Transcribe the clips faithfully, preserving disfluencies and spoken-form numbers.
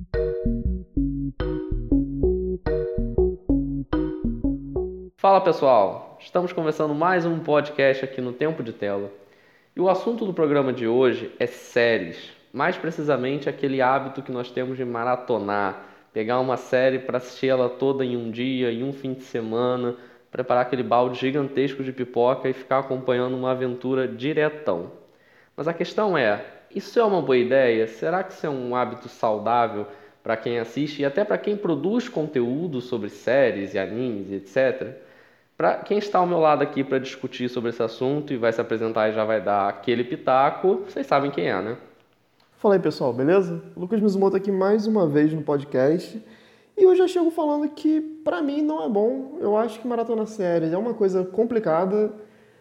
Fala pessoal, estamos começando mais um podcast aqui no Tempo de Tela. E o assunto do programa de hoje é séries, mais precisamente aquele hábito que nós temos de maratonar, pegar uma série para assistir ela toda em um dia, em um fim de semana, preparar aquele balde gigantesco de pipoca e ficar acompanhando uma aventura diretão. Mas a questão é, isso é uma boa ideia? Será que isso é um hábito saudável para quem assiste e até para quem produz conteúdo sobre séries e animes e etcétera? Para quem está ao meu lado aqui para discutir sobre esse assunto e vai se apresentar e já vai dar aquele pitaco, vocês sabem quem é, né? Fala aí, pessoal, beleza? Lucas Mizumoto aqui mais uma vez no podcast. E eu já chego falando que, pra mim, não é bom. Eu acho que maratona séries é uma coisa complicada.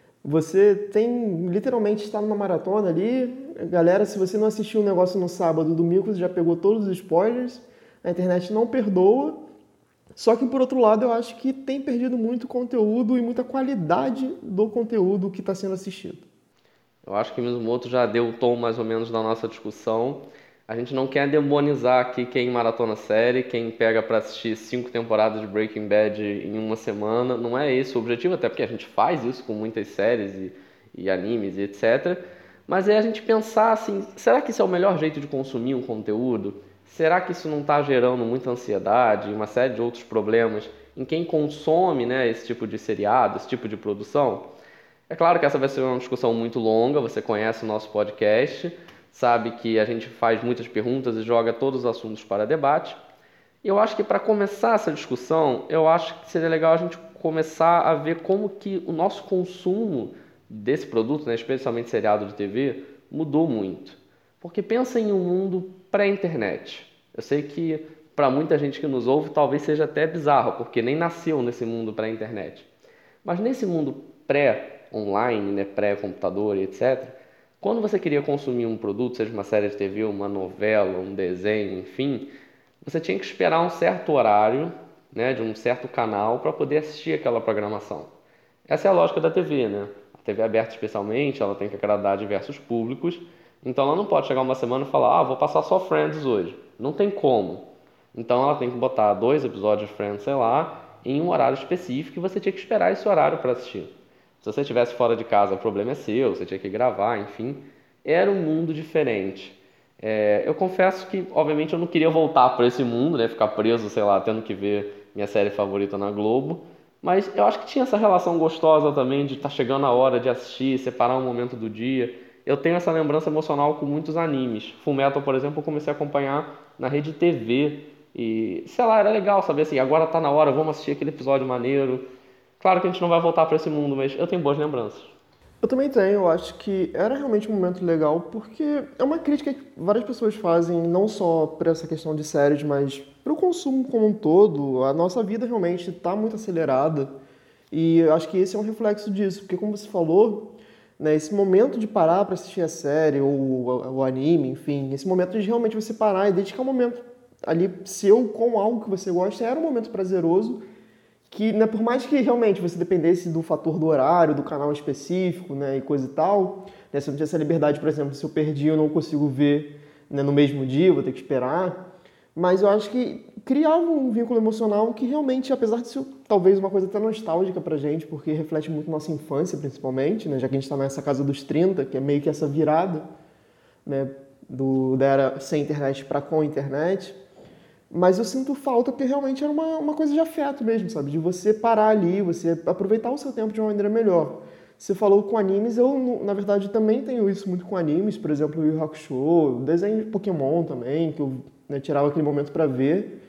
Você tem, literalmente, está numa maratona ali. Galera, se você não assistiu um negócio no sábado, domingo, você já pegou todos os spoilers. A internet não perdoa. Só que, por outro lado, eu acho que tem perdido muito conteúdo e muita qualidade do conteúdo que está sendo assistido. Eu acho que o Mizumoto já deu o tom mais ou menos da nossa discussão. A gente não quer demonizar aqui quem maratona série, quem pega para assistir cinco temporadas de Breaking Bad em uma semana. Não é esse o objetivo, até porque a gente faz isso com muitas séries e, e animes e etcétera. Mas é a gente pensar assim, será que isso é o melhor jeito de consumir um conteúdo? Será que isso não está gerando muita ansiedade e uma série de outros problemas em quem consome, né, esse tipo de seriado, esse tipo de produção? É claro que essa vai ser uma discussão muito longa, você conhece o nosso podcast, sabe que a gente faz muitas perguntas e joga todos os assuntos para debate. E eu acho que para começar essa discussão, eu acho que seria legal a gente começar a ver como que o nosso consumo desse produto, né, especialmente seriado de T V, mudou muito. Porque pensa em um mundo pré-internet. Eu sei que para muita gente que nos ouve talvez seja até bizarro, porque nem nasceu nesse mundo pré-internet. Mas nesse mundo pré-online, né, pré-computador e etcétera, quando você queria consumir um produto, seja uma série de T V, uma novela, um desenho, enfim, você tinha que esperar um certo horário, né, de um certo canal para poder assistir aquela programação. Essa é a lógica da T V, né? A T V aberta especialmente, ela tem que agradar diversos públicos, então ela não pode chegar uma semana e falar, ah, vou passar só Friends hoje. Não tem como. Então ela tem que botar dois episódios de Friends, sei lá, em um horário específico e você tinha que esperar esse horário para assistir. Se você estivesse fora de casa, o problema é seu, você tinha que gravar, enfim. Era um mundo diferente. É, eu confesso que, obviamente, eu não queria voltar para esse mundo, né? Ficar preso, sei lá, tendo que ver minha série favorita na Globo. Mas eu acho que tinha essa relação gostosa também de estar chegando a hora de assistir, separar um momento do dia. Eu tenho essa lembrança emocional com muitos animes. Fullmetal, por exemplo, eu comecei a acompanhar na rede T V. E, sei lá, era legal saber assim, agora tá na hora, vamos assistir aquele episódio maneiro. Claro que a gente não vai voltar para esse mundo, mas eu tenho boas lembranças. Eu também tenho, eu acho que era realmente um momento legal, porque é uma crítica que várias pessoas fazem, não só para essa questão de séries, mas para o consumo como um todo. A nossa vida realmente está muito acelerada e eu acho que esse é um reflexo disso, porque como você falou, né, esse momento de parar para assistir a série ou o anime, enfim, esse momento de realmente você parar e dedicar um momento ali seu com algo que você gosta, era um momento prazeroso que, né, por mais que realmente você dependesse do fator do horário, do canal específico, né, e coisa e tal, né, se eu não tivesse essa liberdade, por exemplo, se eu perdi eu não consigo ver, né, no mesmo dia, vou ter que esperar, mas eu acho que criava um vínculo emocional que realmente, apesar de ser talvez uma coisa até nostálgica pra gente, porque reflete muito nossa infância, principalmente, né, já que a gente está nessa casa dos trinta, que é meio que essa virada, né, do, da era sem internet para com internet. Mas eu sinto falta porque realmente era uma, uma coisa de afeto mesmo, sabe? De você parar ali, você aproveitar o seu tempo de uma maneira melhor. Você falou com animes, eu, na verdade, também tenho isso muito com animes. Por exemplo, o Yu Yu Hakusho, desenho de Pokémon também, que eu, né, tirava aquele momento para ver.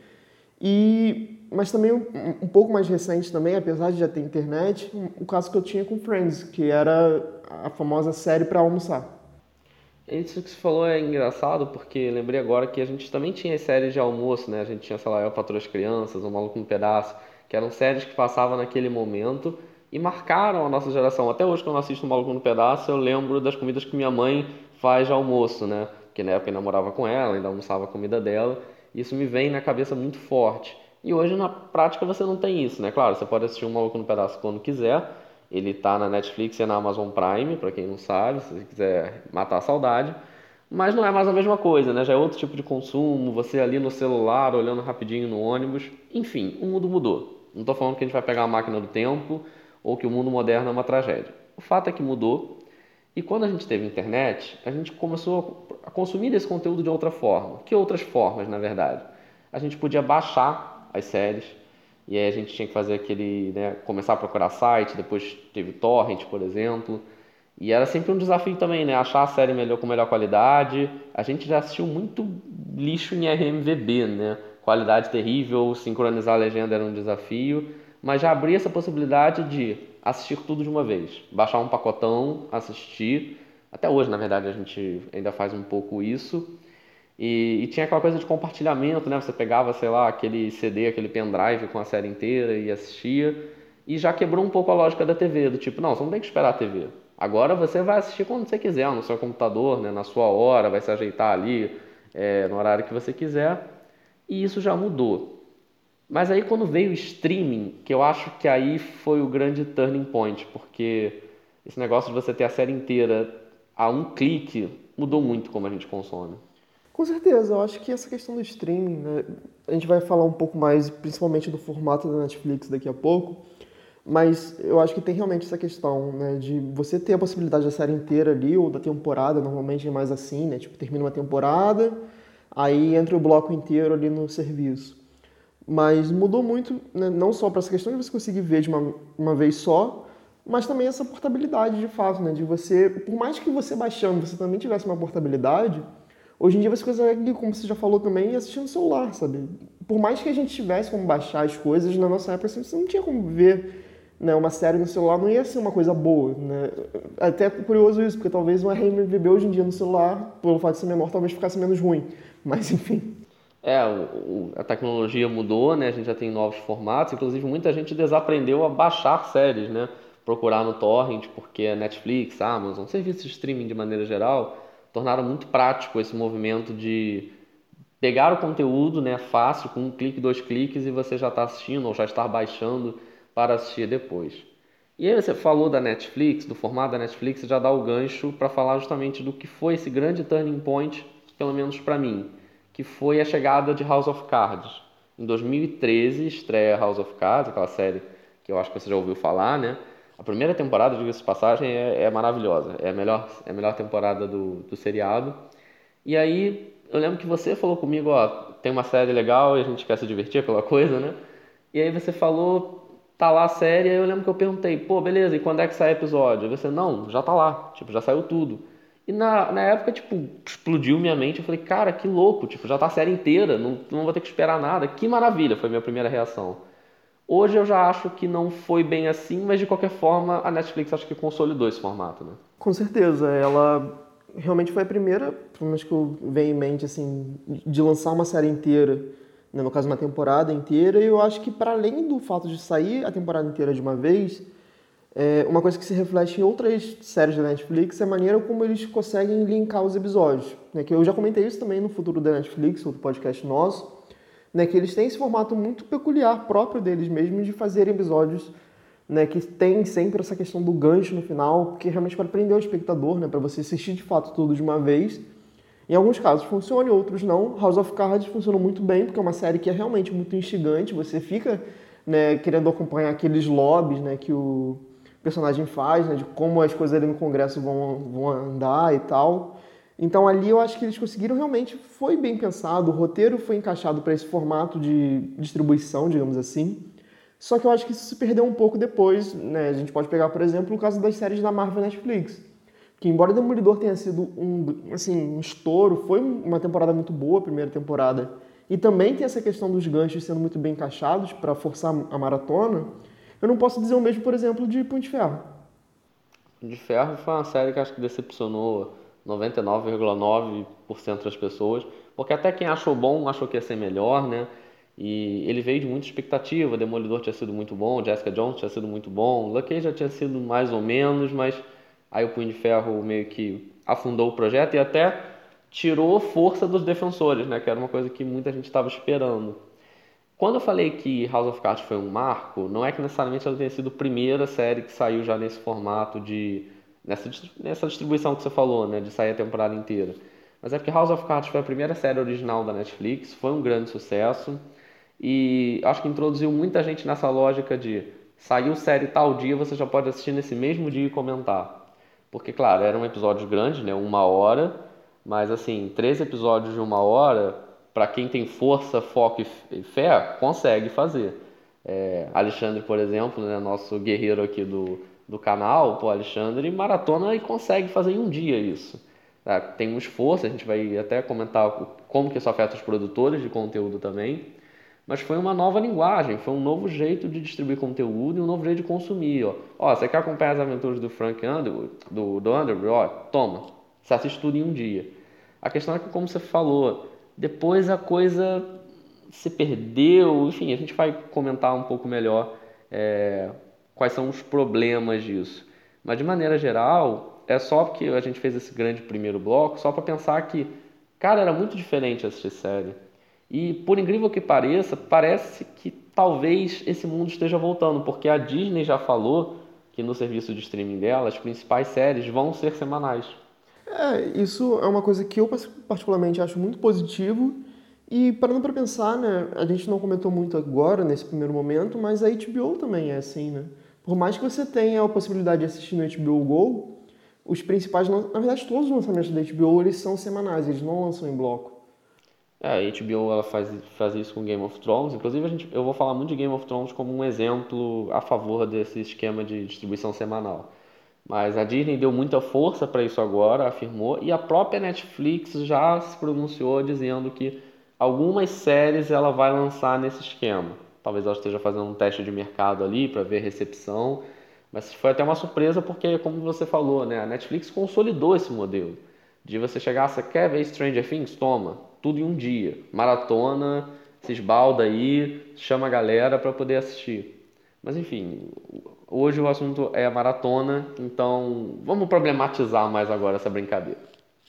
E, mas também um, um pouco mais recente também, apesar de já ter internet, o caso que eu tinha com Friends, que era a famosa série para almoçar. Isso que você falou é engraçado, porque lembrei agora que a gente também tinha as séries de almoço, né? A gente tinha, sei lá, Eu, Patroa e as Crianças, O Maluco no Pedaço, que eram séries que passavam naquele momento e marcaram a nossa geração. Até hoje, quando eu assisto O Maluco no Pedaço, eu lembro das comidas que minha mãe faz de almoço, né? Porque na época eu namorava com ela, ainda almoçava a comida dela. Isso me vem na cabeça muito forte. E hoje, na prática, você não tem isso, né? Claro, você pode assistir Um Maluco no Pedaço quando quiser. Ele tá na Netflix e na Amazon Prime, para quem não sabe, se você quiser matar a saudade. Mas não é mais a mesma coisa, né? Já é outro tipo de consumo, você ali no celular, olhando rapidinho no ônibus. Enfim, o mundo mudou. Não estou falando que a gente vai pegar a máquina do tempo ou que o mundo moderno é uma tragédia. O fato é que mudou. E quando a gente teve internet, a gente começou a consumir esse conteúdo de outra forma. Que outras formas, na verdade? A gente podia baixar as séries, e aí a gente tinha que fazer aquele, né, começar a procurar site, depois teve torrent, por exemplo. E era sempre um desafio também, né? Achar a série melhor, com melhor qualidade. A gente já assistiu muito lixo em R M V B, né? Qualidade terrível, sincronizar a legenda era um desafio. Mas já abria essa possibilidade de assistir tudo de uma vez. Baixar um pacotão, assistir. Até hoje, na verdade, a gente ainda faz um pouco isso. E, e tinha aquela coisa de compartilhamento, né? Você pegava, sei lá, aquele C D, aquele pendrive com a série inteira e assistia. E já quebrou um pouco a lógica da T V, do tipo, não, você não tem que esperar a T V. Agora você vai assistir quando você quiser, no seu computador, né? Na sua hora, vai se ajeitar ali, é, no horário que você quiser. E isso já mudou. Mas aí quando veio o streaming, que eu acho que aí foi o grande turning point, porque esse negócio de você ter a série inteira a um clique mudou muito como a gente consome. Com certeza, eu acho que essa questão do streaming, né, a gente vai falar um pouco mais, principalmente do formato da Netflix daqui a pouco, mas eu acho que tem realmente essa questão, né, de você ter a possibilidade da série inteira ali, ou da temporada, normalmente é mais assim, né, tipo, termina uma temporada, aí entra o bloco inteiro ali no serviço. Mas mudou muito, né, não só para essa questão de você conseguir ver de uma, uma vez só, mas também essa portabilidade de fato, né, de você, por mais que você baixando, você também tivesse uma portabilidade. Hoje em dia você consegue, como você já falou também, assistir no celular, sabe? Por mais que a gente tivesse como baixar as coisas, na nossa época assim, você não tinha como ver, né, uma série no celular, não ia ser uma coisa boa, né? Até curioso isso, porque talvez um R M V B hoje em dia no celular, pelo fato de ser menor, talvez ficasse menos ruim. Mas enfim. É, o, o, a tecnologia mudou, né? A gente já tem novos formatos, inclusive muita gente desaprendeu a baixar séries, né? Procurar no torrent, porque a Netflix, a Amazon, serviços de streaming de maneira geral, tornaram muito prático esse movimento de pegar o conteúdo, né, fácil, com um clique, dois cliques, e você já está assistindo ou já está baixando para assistir depois. E aí você falou da Netflix, do formato da Netflix, já dá o gancho para falar justamente do que foi esse grande turning point, pelo menos para mim, que foi a chegada de House of Cards. Em dois mil e treze estreia House of Cards, aquela série que eu acho que você já ouviu falar, né? A primeira temporada, diga-se de passagem, é, é maravilhosa. É a melhor, é a melhor temporada do, do seriado. E aí, eu lembro que você falou comigo, ó, tem uma série legal e a gente quer se divertir, aquela coisa, né? E aí você falou, tá lá a série, aí eu lembro que eu perguntei, pô, beleza, e quando é que sai o episódio? Aí você, não, já tá lá, tipo, já saiu tudo. E na, na época, tipo, explodiu minha mente, eu falei, cara, que louco, tipo, já tá a série inteira, não, não vou ter que esperar nada, que maravilha, foi a minha primeira reação. Hoje eu já acho que não foi bem assim, mas de qualquer forma a Netflix acho que consolidou esse formato, né? Com certeza, ela realmente foi a primeira, pelo menos que eu venho em mente, assim, de lançar uma série inteira, né, no caso uma temporada inteira, e eu acho que para além do fato de sair a temporada inteira de uma vez, é, uma coisa que se reflete em outras séries da Netflix é a maneira como eles conseguem linkar os episódios, né, que eu já comentei isso também no Futuro da Netflix, outro podcast nosso, né, que eles têm esse formato muito peculiar, próprio deles mesmos, de fazerem episódios, né, que tem sempre essa questão do gancho no final, porque realmente para prender o espectador, né, para você assistir de fato tudo de uma vez. Em alguns casos funciona, em outros não. House of Cards funcionou muito bem, porque é uma série que é realmente muito instigante, você fica, né, querendo acompanhar aqueles lobbies, né, que o personagem faz, né, de como as coisas ali no Congresso vão, vão andar e tal. Então ali eu acho que eles conseguiram realmente, foi bem pensado, o roteiro foi encaixado para esse formato de distribuição, digamos assim. Só que eu acho que isso se perdeu um pouco depois, né? A gente pode pegar, por exemplo, o caso das séries da Marvel Netflix, que embora Demolidor tenha sido um, assim, um estouro, foi uma temporada muito boa, a primeira temporada, e também tem essa questão dos ganchos sendo muito bem encaixados para forçar a maratona, eu não posso dizer o mesmo, por exemplo, de Punho de Ferro. De Ferro foi uma série que acho que decepcionou noventa e nove vírgula nove por cento das pessoas, porque até quem achou bom achou que ia ser melhor, né? E ele veio de muita expectativa, Demolidor tinha sido muito bom, Jessica Jones tinha sido muito bom, Luke Cage já tinha sido mais ou menos, mas aí o Punho de Ferro meio que afundou o projeto e até tirou força dos defensores, né? Que era uma coisa que muita gente estava esperando. Quando eu falei que House of Cards foi um marco, não é que necessariamente ela tenha sido a primeira série que saiu já nesse formato de... Nessa, nessa distribuição que você falou, né? De sair a temporada inteira. Mas é porque House of Cards foi a primeira série original da Netflix, foi um grande sucesso e acho que introduziu muita gente nessa lógica de saiu série tal dia, você já pode assistir nesse mesmo dia e comentar. Porque, claro, eram episódios grandes, né? Uma hora, mas assim, três episódios de uma hora, para quem tem força, foco e fé, consegue fazer. É, Alexandre, por exemplo, né, nosso guerreiro aqui do, do canal, pô, Alexandre maratona e consegue fazer em um dia isso. Tá? Tem um esforço, a gente vai até comentar como que isso afeta os produtores de conteúdo também, mas foi uma nova linguagem, foi um novo jeito de distribuir conteúdo e um novo jeito de consumir. Ó, ó você quer acompanhar as aventuras do Frank Underwood, do, do Underwood? Ó, toma, você assiste tudo em um dia. A questão é que, como você falou, depois a coisa se perdeu, enfim, a gente vai comentar um pouco melhor é, quais são os problemas disso. Mas de maneira geral, é só porque a gente fez esse grande primeiro bloco, só para pensar que, cara, era muito diferente assistir série. E por incrível que pareça, parece que talvez esse mundo esteja voltando, porque a Disney já falou que no serviço de streaming dela, as principais séries vão ser semanais. É, isso é uma coisa que eu particularmente acho muito positivo. E parando para pensar, né, a gente não comentou muito agora, nesse primeiro momento, mas a H B O também é assim, né? Por mais que você tenha a possibilidade de assistir no H B O Go, os principais, na verdade todos os lançamentos da H B O, eles são semanais, eles não lançam em bloco. É, a H B O ela faz, faz isso com Game of Thrones. Inclusive, a gente, eu vou falar muito de Game of Thrones como um exemplo a favor desse esquema de distribuição semanal. Mas a Disney deu muita força para isso agora, afirmou, e a própria Netflix já se pronunciou dizendo que algumas séries ela vai lançar nesse esquema. Talvez ela esteja fazendo um teste de mercado ali para ver recepção, mas foi até uma surpresa porque, como você falou, né, a Netflix consolidou esse modelo de você chegar, você quer ver Stranger Things? Toma, tudo em um dia, maratona, se esbalda aí, chama a galera para poder assistir. Mas enfim, hoje o assunto é a maratona, então vamos problematizar mais agora essa brincadeira.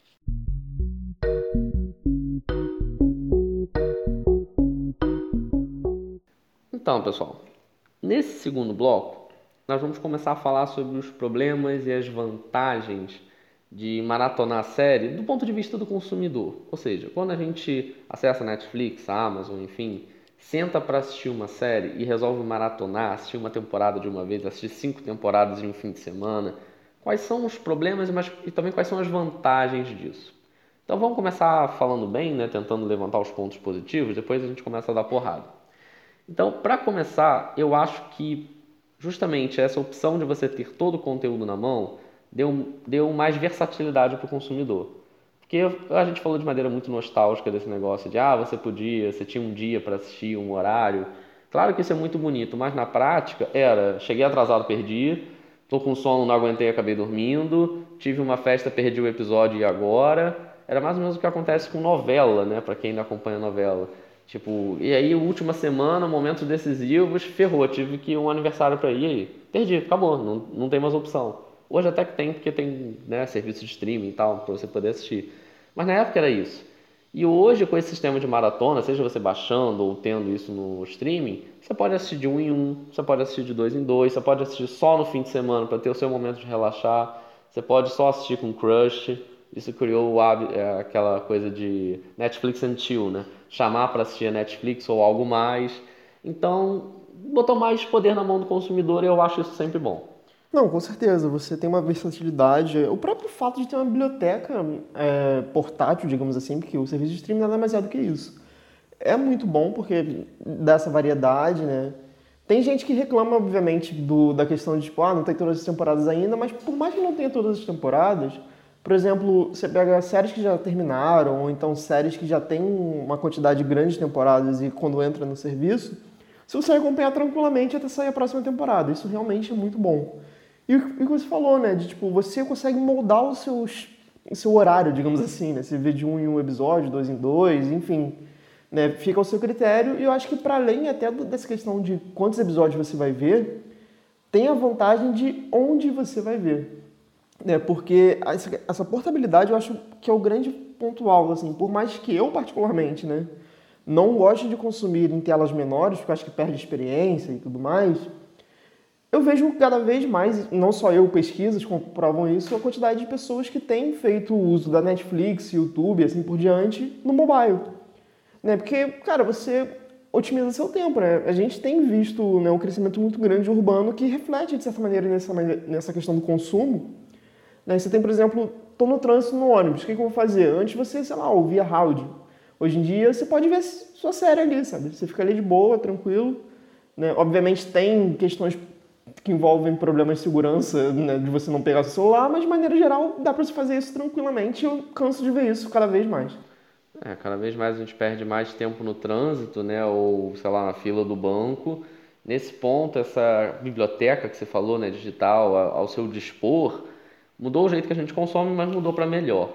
Então, pessoal, nesse segundo bloco, nós vamos começar a falar sobre os problemas e as vantagens de maratonar a série do ponto de vista do consumidor. Ou seja, quando a gente acessa a Netflix, a Amazon, enfim, senta para assistir uma série e resolve maratonar, assistir uma temporada de uma vez, assistir cinco temporadas em um fim de semana, quais são os problemas mas, e também quais são as vantagens disso? Então vamos começar falando bem, né, tentando levantar os pontos positivos, depois a gente começa a dar porrada. Então, para começar, eu acho que justamente essa opção de você ter todo o conteúdo na mão deu, deu mais versatilidade para o consumidor. Porque a gente falou de maneira muito nostálgica desse negócio de, ah, você podia, você tinha um dia para assistir, um horário. Claro que isso é muito bonito, mas na prática era, cheguei atrasado, perdi, tô com sono, não aguentei, acabei dormindo, tive uma festa, perdi o episódio e agora. Era mais ou menos o que acontece com novela, né, para quem ainda acompanha novela. Tipo, e aí, última semana, momentos decisivos, ferrou, tive que ir um aniversário para ir, e aí, perdi, acabou, não, não tem mais opção. Hoje até que tem, porque tem, né, serviço de streaming e tal, para você poder assistir. Mas na época era isso. E hoje, com esse sistema de maratona, seja você baixando ou tendo isso no streaming, você pode assistir de um em um, você pode assistir de dois em dois, você pode assistir só no fim de semana para ter o seu momento de relaxar, você pode só assistir com crush. Isso criou o hábito, é, aquela coisa de Netflix and chill, né? Chamar para assistir a Netflix ou algo mais. Então, botou mais poder na mão do consumidor e eu acho isso sempre bom. Não, com certeza. Você tem uma versatilidade. O próprio fato de ter uma biblioteca é, portátil, digamos assim, porque o serviço de streaming nada mais é do que isso. É muito bom porque dá essa variedade, né? Tem gente que reclama, obviamente, do, da questão de, tipo, ah, não tem todas as temporadas ainda, mas por mais que não tenha todas as temporadas, por exemplo, você pega séries que já terminaram, ou então séries que já têm uma quantidade grande de temporadas e quando entra no serviço, você consegue acompanhar tranquilamente até sair a próxima temporada. Isso realmente é muito bom. E o que você falou, né? De, tipo, você consegue moldar os seus, o seu horário, digamos assim, né? Você vê de um em um episódio, dois em dois, enfim, né? Fica ao seu critério. E eu acho que para além até dessa questão de quantos episódios você vai ver, tem a vantagem de onde você vai ver. É, porque essa, essa portabilidade eu acho que é o grande ponto alto, assim, por mais que eu particularmente, né, não goste de consumir em telas menores, porque eu acho que perde experiência e tudo mais, Eu vejo cada vez mais, não só eu, pesquisas comprovam isso, a quantidade de pessoas que têm feito o uso da Netflix, YouTube, assim por diante, no mobile. Né? Porque, cara, você otimiza seu tempo, né? A gente tem visto, né, um crescimento muito grande urbano que reflete, de certa maneira, nessa, nessa questão do consumo. Né? Você tem, por exemplo, tô no trânsito no ônibus, o que, que eu vou fazer? Antes você, sei lá, ouvia rádio. Hoje em dia você pode ver sua série ali, sabe? Você fica ali de boa, tranquilo. Né? Obviamente tem questões que envolvem problemas de segurança, né, de você não pegar o seu celular, mas de maneira geral dá para você fazer isso tranquilamente e eu canso de ver isso cada vez mais. É, cada vez mais a gente perde mais tempo no trânsito, né, ou sei lá, na fila do banco. Nesse ponto, essa biblioteca que você falou, né, digital, ao seu dispor, mudou o jeito que a gente consome, mas mudou para melhor.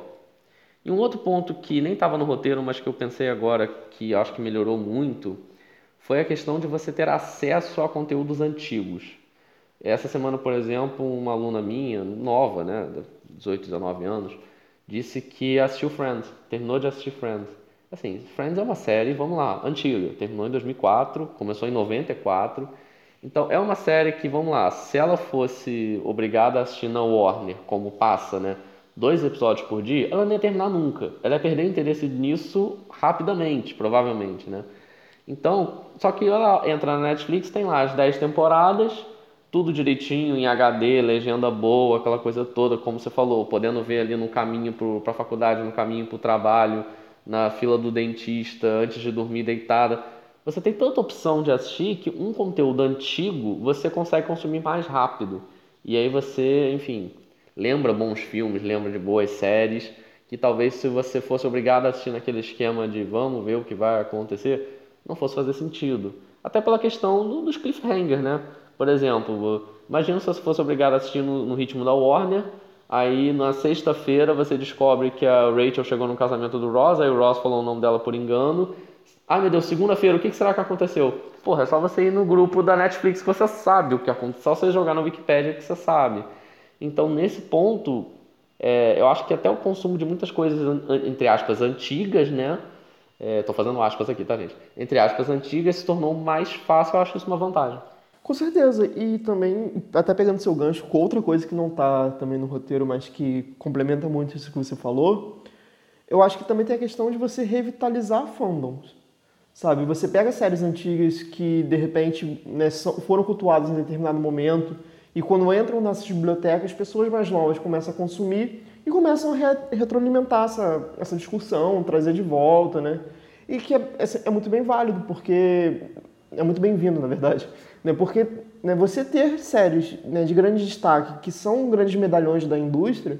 E um outro ponto que nem estava no roteiro, mas que eu pensei agora que acho que melhorou muito, foi a questão de você ter acesso a conteúdos antigos. Essa semana, por exemplo, uma aluna minha, nova, né, dezoito, dezenove anos, disse que assistiu Friends, terminou de assistir Friends. Assim, Friends é uma série, vamos lá, antiga, terminou em dois mil e quatro, começou em noventa e quatro. Então, é uma série que, vamos lá, se ela fosse obrigada a assistir na Warner, como passa, né, dois episódios por dia, ela não ia terminar nunca. Ela ia perder interesse nisso rapidamente, provavelmente, né? Então, só que ela entra na Netflix, tem lá as dez temporadas, tudo direitinho, em H D, legenda boa, aquela coisa toda, como você falou, podendo ver ali no caminho para a faculdade, no caminho para o trabalho, na fila do dentista, antes de dormir deitada. Você tem tanta opção de assistir que um conteúdo antigo você consegue consumir mais rápido. E aí você, enfim, lembra bons filmes, lembra de boas séries, que talvez se você fosse obrigado a assistir naquele esquema de vamos ver o que vai acontecer, não fosse fazer sentido. Até pela questão do, dos cliffhangers, né? Por exemplo, imagina se você fosse obrigado a assistir no, no ritmo da Warner, aí na sexta-feira você descobre que a Rachel chegou no casamento do Ross, aí o Ross falou o nome dela por engano. Ai meu Deus, segunda-feira, o que será que aconteceu? Porra, é só você ir no grupo da Netflix que você sabe o que aconteceu, só você jogar no Wikipedia que você sabe. Então, nesse ponto, é, eu acho que até o consumo de muitas coisas, entre aspas, antigas, né? Estou fazendo aspas aqui, tá, gente? Entre aspas, antigas, se tornou mais fácil, eu acho isso uma vantagem. Com certeza, e também, até pegando seu gancho, com outra coisa que não está também no roteiro, mas que complementa muito isso que você falou, eu acho que também tem a questão de você revitalizar fandoms, sabe? Você pega séries antigas que, de repente, né, foram cultuadas em determinado momento, e quando entram nessas bibliotecas, pessoas mais novas começam a consumir e começam a re retroalimentar essa, essa discussão, trazer de volta, né? E que é, é, é muito bem válido, porque... é muito bem-vindo, na verdade. Né? Porque né, você ter séries né, de grande destaque, que são grandes medalhões da indústria,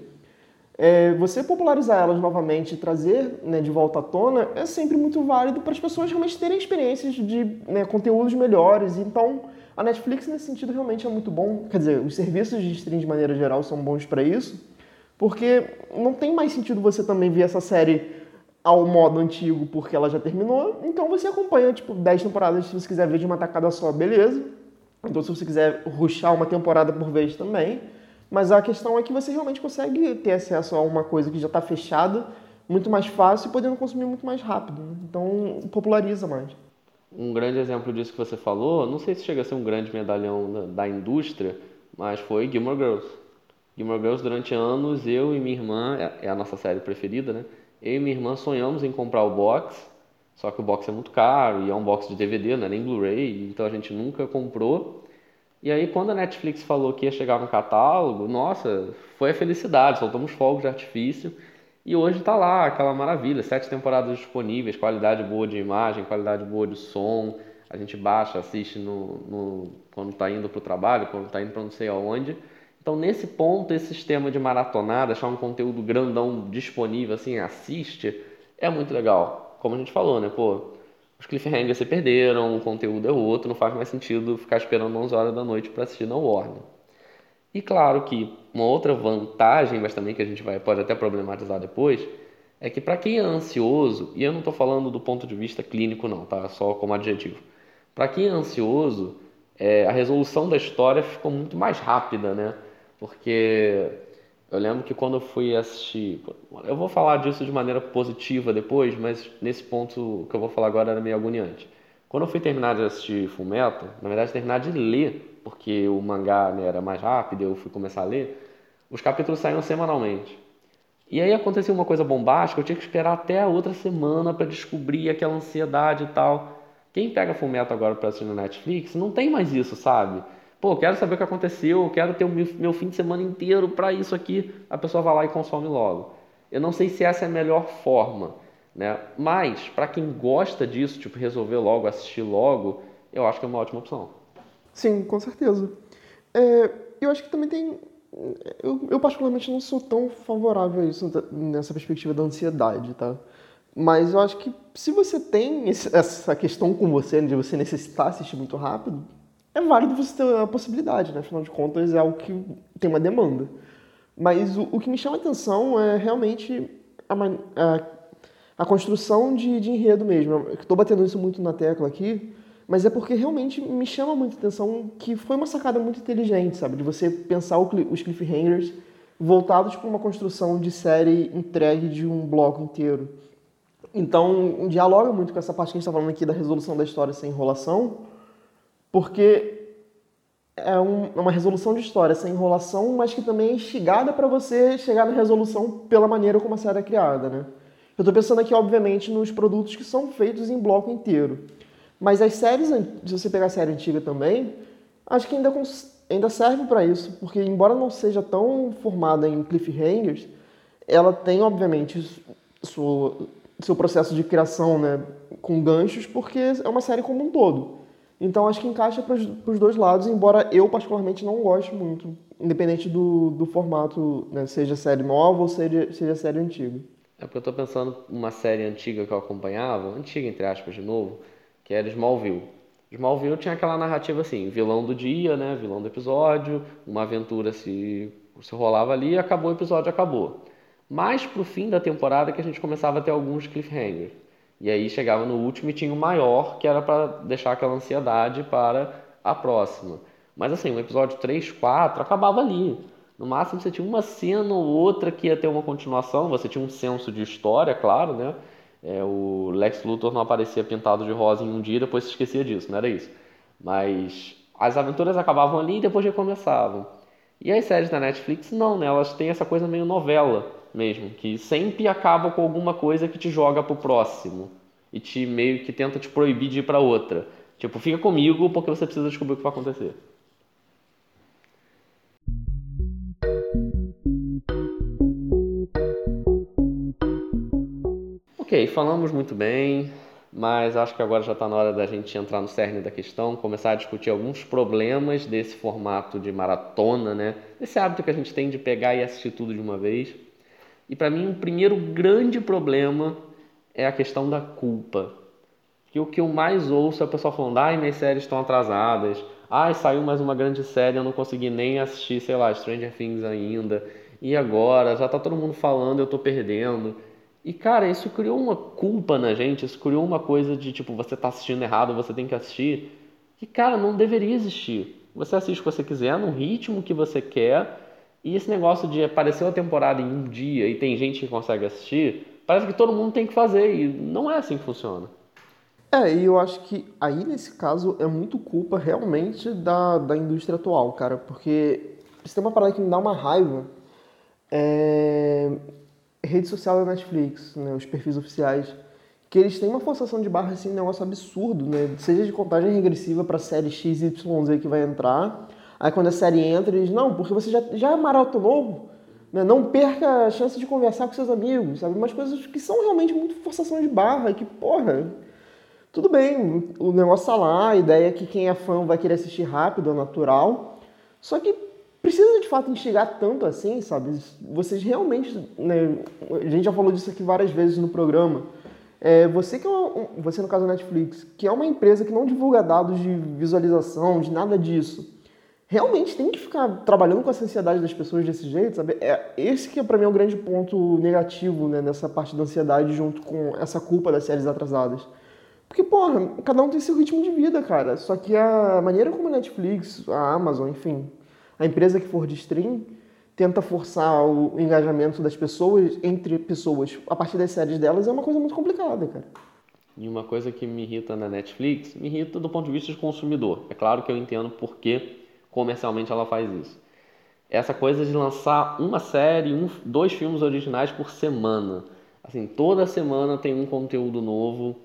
é, você popularizar elas novamente e trazer né, de volta à tona é sempre muito válido para as pessoas realmente terem experiências de né, conteúdos melhores. Então, a Netflix, nesse sentido, realmente é muito bom. Quer dizer, os serviços de streaming, de maneira geral, são bons para isso, porque não tem mais sentido você também ver essa série ao modo antigo, porque ela já terminou, então você acompanha, tipo, dez temporadas, se você quiser ver de uma tacada só, beleza. Então, se você quiser rushar uma temporada por vez também. Mas a questão é que você realmente consegue ter acesso a uma coisa que já está fechada muito mais fácil e podendo consumir muito mais rápido. Né? Então, populariza mais. Um grande exemplo disso que você falou, não sei se chega a ser um grande medalhão da, da indústria, mas foi Gilmore Girls. Gilmore Girls, durante anos, eu e minha irmã, é a nossa série preferida, né? Eu e minha irmã sonhamos em comprar o box, só que o box é muito caro e é um box de D V D, não é nem Blu-ray, então a gente nunca comprou. E aí quando a Netflix falou que ia chegar no catálogo, nossa, foi a felicidade, soltamos fogos de artifício e hoje tá lá, aquela maravilha, sete temporadas disponíveis, qualidade boa de imagem, qualidade boa de som, a gente baixa, assiste no, no, quando tá indo pro trabalho, quando tá indo pra não sei aonde. Então, nesse ponto, esse sistema de maratonar, deixar um conteúdo grandão disponível, assim, assiste, é muito legal. Como a gente falou, né? Pô, os cliffhangers se perderam, o conteúdo é outro, não faz mais sentido ficar esperando onze horas da noite para assistir na Warner. E claro que uma outra vantagem, mas também que a gente vai, pode até problematizar depois, é que para quem é ansioso, e eu não estou falando do ponto de vista clínico não, tá? Só como adjetivo. Para quem é ansioso, é, a resolução da história ficou muito mais rápida, né? Porque eu lembro que quando eu fui assistir... Eu vou falar disso de maneira positiva depois, mas nesse ponto que eu vou falar agora era meio agoniante. Quando eu fui terminar de assistir Fullmetal, na verdade terminar de ler, porque o mangá, né, era mais rápido e eu fui começar a ler, os capítulos saíam semanalmente. E aí acontecia uma coisa bombástica, eu tinha que esperar até a outra semana para descobrir aquela ansiedade e tal. Quem pega Fullmetal agora para assistir na Netflix, não tem mais isso, sabe? Pô, eu quero saber o que aconteceu, eu quero ter o meu, meu fim de semana inteiro para isso aqui. A pessoa vai lá e consome logo. Eu não sei se essa é a melhor forma, né? Mas, para quem gosta disso, tipo, resolver logo, assistir logo, eu acho que é uma ótima opção. Sim, com certeza. É, eu acho que também tem... Eu, eu particularmente não sou tão favorável a isso nessa perspectiva da ansiedade, tá? Mas eu acho que se você tem esse, essa questão com você, de você necessitar assistir muito rápido, é válido você ter a possibilidade, né? Afinal de contas, é algo que tem uma demanda. Mas o, o que me chama a atenção é realmente a, a, a construção de, de enredo mesmo. Eu estou batendo isso muito na tecla aqui, mas é porque realmente me chama muita atenção que foi uma sacada muito inteligente, sabe? De você pensar o, os cliffhangers voltados para uma construção de série entregue de um bloco inteiro. Então, dialoga muito com essa parte que a gente está falando aqui da resolução da história sem enrolação, porque é um, uma resolução de história sem enrolação, mas que também é instigada para você chegar na resolução pela maneira como a série é criada, né? Eu estou pensando aqui, obviamente, nos produtos que são feitos em bloco inteiro. Mas as séries, se você pegar a série antiga também, acho que ainda, ainda serve para isso, porque embora não seja tão formada em cliffhangers, ela tem, obviamente, sua, seu processo de criação, né, com ganchos, porque é uma série como um todo. Então acho que encaixa para os dois lados, embora eu particularmente não goste muito, independente do, do formato, né, seja série nova ou seja, seja série antiga. É porque eu tô pensando uma série antiga que eu acompanhava, antiga entre aspas de novo, que era Smallville. Smallville tinha aquela narrativa assim, vilão do dia, né, vilão do episódio, uma aventura se, se rolava ali e acabou o episódio, acabou. Mas pro fim da temporada que a gente começava a ter alguns cliffhangers. E aí chegava no último e tinha o maior, que era para deixar aquela ansiedade para a próxima. Mas assim, um episódio três, quatro acabava ali. No máximo você tinha uma cena ou outra que ia ter uma continuação, você tinha um senso de história, claro, né? É, o Lex Luthor não aparecia pintado de rosa em um dia e depois se esquecia disso, não era isso. Mas as aventuras acabavam ali e depois recomeçavam. E as séries da Netflix não, né? Elas têm essa coisa meio novela mesmo, que sempre acaba com alguma coisa que te joga pro próximo e te meio que tenta te proibir de ir pra outra. Tipo, fica comigo porque você precisa descobrir o que vai acontecer. Ok, falamos muito bem, mas acho que agora já está na hora da gente entrar no cerne da questão, começar a discutir alguns problemas desse formato de maratona, né? Esse hábito que a gente tem de pegar e assistir tudo de uma vez. E para mim, o primeiro grande problema é a questão da culpa. Que o que eu mais ouço é o pessoal falando, ai, minhas séries estão atrasadas, ai, saiu mais uma grande série, eu não consegui nem assistir, sei lá, Stranger Things ainda, e agora? Já tá todo mundo falando, eu tô perdendo. E, cara, isso criou uma culpa na gente, isso criou uma coisa de, tipo, você tá assistindo errado, você tem que assistir, que, cara, não deveria existir. Você assiste o que você quiser, no ritmo que você quer, e esse negócio de aparecer a temporada em um dia e tem gente que consegue assistir, parece que todo mundo tem que fazer, e não é assim que funciona. É, e eu acho que aí nesse caso é muito culpa realmente da, da indústria atual, cara, porque se tem uma parada que me dá uma raiva, é rede social da Netflix, né, os perfis oficiais, que eles têm uma forçação de barra, assim, um negócio absurdo, né, seja de contagem regressiva pra série X Y Z que vai entrar, aí quando a série entra, eles, não, porque você já, já maratonou, né, não perca a chance de conversar com seus amigos, sabe, umas coisas que são realmente muito forçação de barra, que, porra... Tudo bem, o negócio tá lá, a ideia é que quem é fã vai querer assistir rápido, é natural. Só que precisa de fato instigar tanto assim, sabe? Vocês realmente, né, a gente já falou disso aqui várias vezes no programa. É, você que é uma, você no caso da Netflix, que é uma empresa que não divulga dados de visualização, de nada disso, realmente tem que ficar trabalhando com essa ansiedade das pessoas desse jeito, sabe? É esse que é para mim é o grande ponto negativo, né, nessa parte da ansiedade junto com essa culpa das séries atrasadas. Porque, porra, cada um tem seu ritmo de vida, cara. Só que a maneira como a Netflix, a Amazon, enfim, a empresa que for de stream, tenta forçar o engajamento das pessoas entre pessoas a partir das séries delas é uma coisa muito complicada, cara. E uma coisa que me irrita na Netflix, me irrita do ponto de vista de consumidor. É claro que eu entendo por que comercialmente ela faz isso. Essa coisa de lançar uma série, um, dois filmes originais por semana. Assim, toda semana tem um conteúdo novo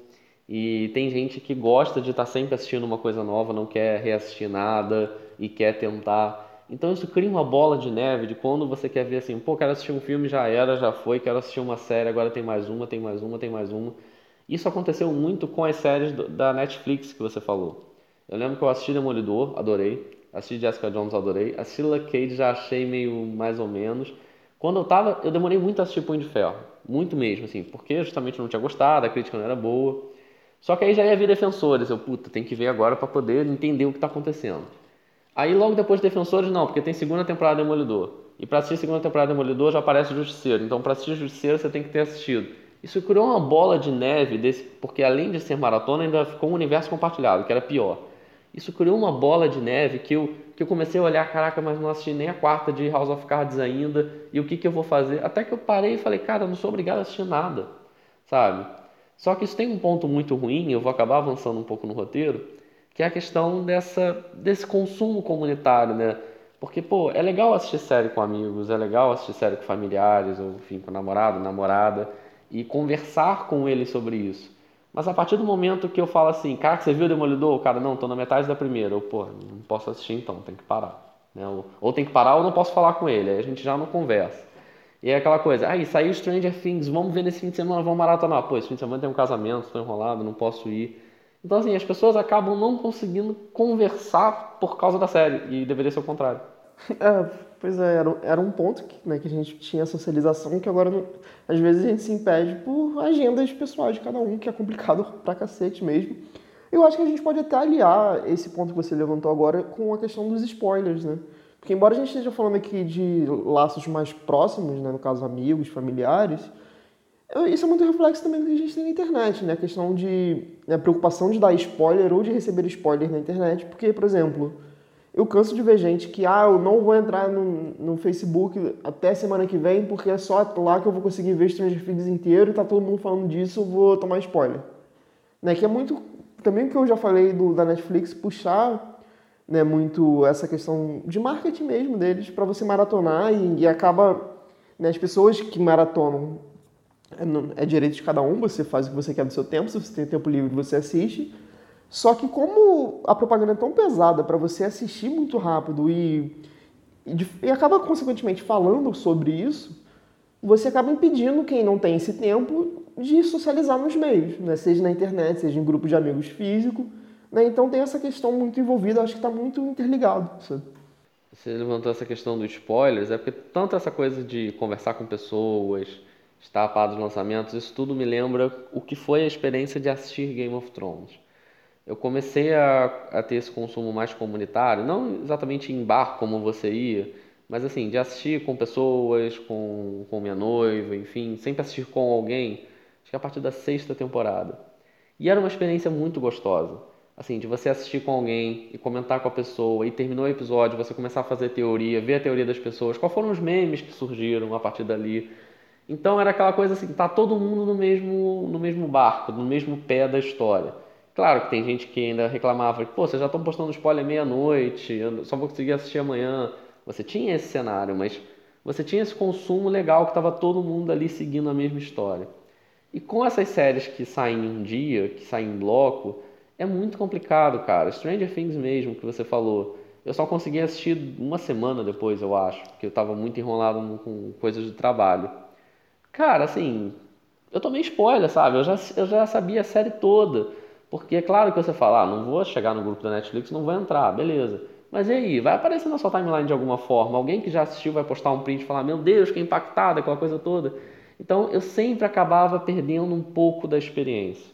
e tem gente que gosta de estar sempre assistindo uma coisa nova, não quer reassistir nada e quer tentar. Então isso cria uma bola de neve de quando você quer ver assim, pô, quero assistir um filme, já era, já foi, quero assistir uma série, agora tem mais uma, tem mais uma, tem mais uma. Isso aconteceu muito com as séries do- da Netflix que você falou. Eu lembro que eu assisti Demolidor, adorei. Assisti Jessica Jones, adorei. Assisti Luke Cage, já achei meio mais ou menos. Quando eu tava, eu demorei muito a assistir Punho de Ferro. Muito mesmo, assim, porque justamente não tinha gostado, a crítica não era boa. Só que aí já ia vir Defensores. Eu, puta, tem que ver agora pra poder entender o que tá acontecendo. Aí logo depois de Defensores, não, porque tem segunda temporada de Demolidor. E pra assistir a segunda temporada de Demolidor já aparece o Justiceiro. Então pra assistir o Justiceiro você tem que ter assistido. Isso criou uma bola de neve, desse, porque além de ser maratona, ainda ficou um universo compartilhado, que era pior. Isso criou uma bola de neve que eu, que eu comecei a olhar, caraca, mas não assisti nem a quarta de House of Cards ainda, e o que, que eu vou fazer? Até que eu parei e falei, cara, eu não sou obrigado a assistir nada, sabe? Só que isso tem um ponto muito ruim, eu vou acabar avançando um pouco no roteiro, que é a questão dessa, desse consumo comunitário, né? Porque, pô, é legal assistir série com amigos, é legal assistir série com familiares, ou enfim, com namorado, namorada, e conversar com eles sobre isso. Mas a partir do momento que eu falo assim, cara, que você viu o Demolidor? O cara, não, tô na metade da primeira. Eu, pô, não posso assistir então, tem que parar. Né? Ou, ou tem que parar ou não posso falar com ele, aí a gente já não conversa. E é aquela coisa, aí saiu Stranger Things, vamos ver nesse fim de semana, vamos maratonar. Pô, esse fim de semana tem um casamento, tô enrolado, não posso ir. Então assim, as pessoas acabam não conseguindo conversar por causa da série, e deveria ser o contrário. É, pois é, era, era um ponto que, né, que a gente tinha socialização que agora, não- às vezes, a gente se impede por agendas pessoais de cada um, que é complicado pra cacete mesmo. Eu acho que a gente pode até aliar esse ponto que você levantou agora com a questão dos spoilers, né? Porque embora a gente esteja falando aqui de laços mais próximos, né, no caso amigos, familiares, eu- isso é muito reflexo também do que a gente tem na internet, né? A questão de né, a preocupação de dar spoiler ou de receber spoiler na internet, porque, por exemplo, eu canso de ver gente que, ah, eu não vou entrar no, no Facebook até semana que vem porque é só lá que eu vou conseguir ver Stranger Things inteiro e tá todo mundo falando disso, eu vou tomar spoiler. Né? Que é muito, também o que eu já falei do, da Netflix, puxar né, muito essa questão de marketing mesmo deles para você maratonar e, e acaba, né, as pessoas que maratonam, é, não- é direito de cada um, você faz o que você quer do seu tempo, se você tem tempo livre você assiste, só que como a propaganda é tão pesada para você assistir muito rápido e, e, de- e acaba consequentemente falando sobre isso, você acaba impedindo quem não tem esse tempo de socializar nos meios, né? Seja na internet, seja em grupo de amigos físico. Né? Então tem essa questão muito envolvida, acho que está muito interligado. Sabe? Você levantou essa questão dos spoilers, é porque tanto essa coisa de conversar com pessoas, estar a par dos lançamentos, isso tudo me lembra o que foi a experiência de assistir Game of Thrones. Eu comecei a, a ter esse consumo mais comunitário, não exatamente em bar como você ia, mas assim, de assistir com pessoas, com, com minha noiva, enfim, sempre assistir com alguém, acho que a partir da sexta temporada. E era uma experiência muito gostosa. Assim, de você assistir com alguém e comentar com a pessoa, e terminou o episódio, você começar a fazer teoria, ver a teoria das pessoas, quais foram os memes que surgiram a partir dali. Então era aquela coisa assim, tá todo mundo no mesmo, no mesmo barco, no mesmo pé da história. Claro que tem gente que ainda reclamava, pô, vocês já estão postando spoiler meia-noite, eu só vou conseguir assistir amanhã. Você tinha esse cenário, mas você tinha esse consumo legal que estava todo mundo ali seguindo a mesma história. E com essas séries que saem em um dia, que saem em bloco, é muito complicado, cara. Stranger Things mesmo, que você falou. Eu só consegui assistir uma semana depois, eu acho, porque eu tava muito enrolado no- com coisas de trabalho. Cara, assim, eu tomei spoiler, sabe? Eu já, eu já sabia a série toda. Porque é claro que você fala, ah, não vou chegar no grupo da Netflix, não vou entrar, beleza. Mas e aí? Vai aparecer na sua timeline de alguma forma. Alguém que já assistiu vai postar um print e falar, meu Deus, que impactada, aquela coisa toda. Então eu sempre acabava perdendo um pouco da experiência.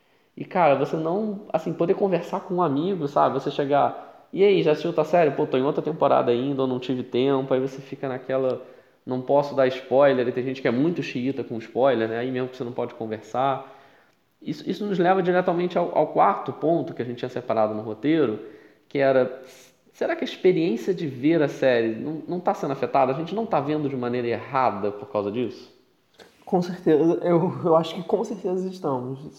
E cara, você não, assim, poder conversar com um amigo, sabe? Você chegar, e aí, já assistiu outra série? Pô, tô em outra temporada ainda, ou não tive tempo. Aí você fica naquela, não posso dar spoiler. E tem gente que é muito xiita com spoiler, né? Aí mesmo que você não pode conversar. Isso, isso nos leva diretamente ao, ao quarto ponto que a gente tinha separado no roteiro, que era, será que a experiência de ver a série não, não tá sendo afetada? A gente não tá vendo de maneira errada por causa disso? Com certeza, eu, eu acho que com certeza estamos.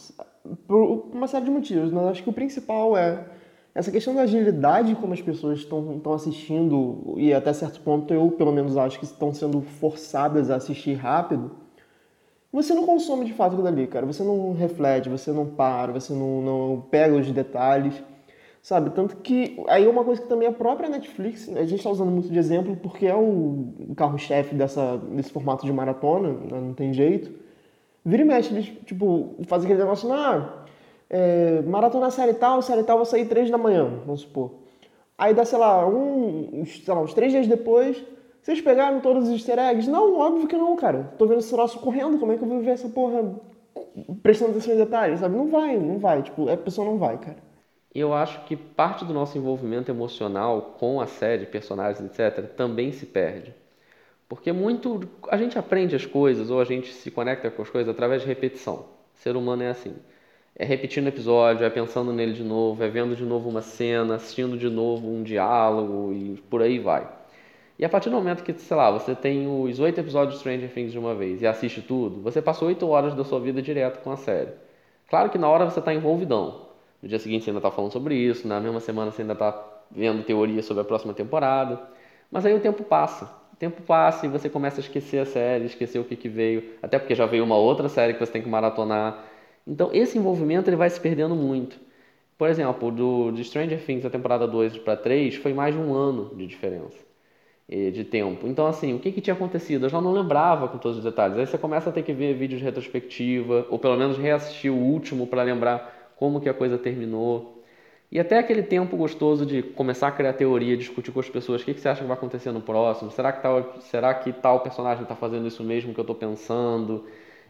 por uma série de motivos, né? Acho que o principal é essa questão da agilidade, como as pessoas estão estão assistindo, e até certo ponto eu, pelo menos, acho que estão sendo forçadas a assistir rápido. Você não consome de fato aquilo ali, cara. Você não reflete, você não para, você não, não pega os detalhes, sabe? Tanto que aí é uma coisa que também a própria Netflix, a gente está usando muito de exemplo porque é o carro-chefe dessa, desse formato de maratona, né? Não tem jeito. Vira e mexe, eles, tipo, fazem aquele negócio, ah, é, maratona série tal, série tal, vou sair três da manhã, vamos supor. Aí dá, sei lá, um, sei lá, uns três dias depois, vocês pegaram todos os easter eggs? Não, óbvio que não, cara. Tô vendo esse troço correndo, como é que eu vou ver essa porra prestando atenção em detalhes, sabe? Não vai, não vai, tipo, a pessoa não vai, cara. E eu acho que parte do nosso envolvimento emocional com a série, personagens, etcétera, também se perde. Porque muito a gente aprende as coisas ou a gente se conecta com as coisas através de repetição. O ser humano é assim. É repetindo o episódio, é pensando nele de novo, é vendo de novo uma cena, assistindo de novo um diálogo e por aí vai. E a partir do momento que, sei lá, você tem os oito episódios de Stranger Things de uma vez e assiste tudo, você passou oito horas da sua vida direto com a série. Claro que na hora você está envolvidão. No dia seguinte você ainda está falando sobre isso, na mesma semana você ainda está vendo teorias sobre a próxima temporada. Mas aí o tempo passa. O tempo passa e você começa a esquecer a série, esquecer o que, que veio. Até porque já veio uma outra série que você tem que maratonar. Então esse envolvimento ele vai se perdendo muito. Por exemplo, do, de Stranger Things da temporada dois para três foi mais de um ano de diferença de tempo. Então, assim, o que, que tinha acontecido? Eu já não lembrava com todos os detalhes. Aí você começa a ter que ver vídeos de retrospectiva, ou pelo menos reassistir o último para lembrar como que a coisa terminou. E até aquele tempo gostoso de começar a criar teoria, discutir com as pessoas, o que, que você acha que vai acontecer no próximo? Será que tal, será que tal personagem está fazendo isso mesmo que eu estou pensando?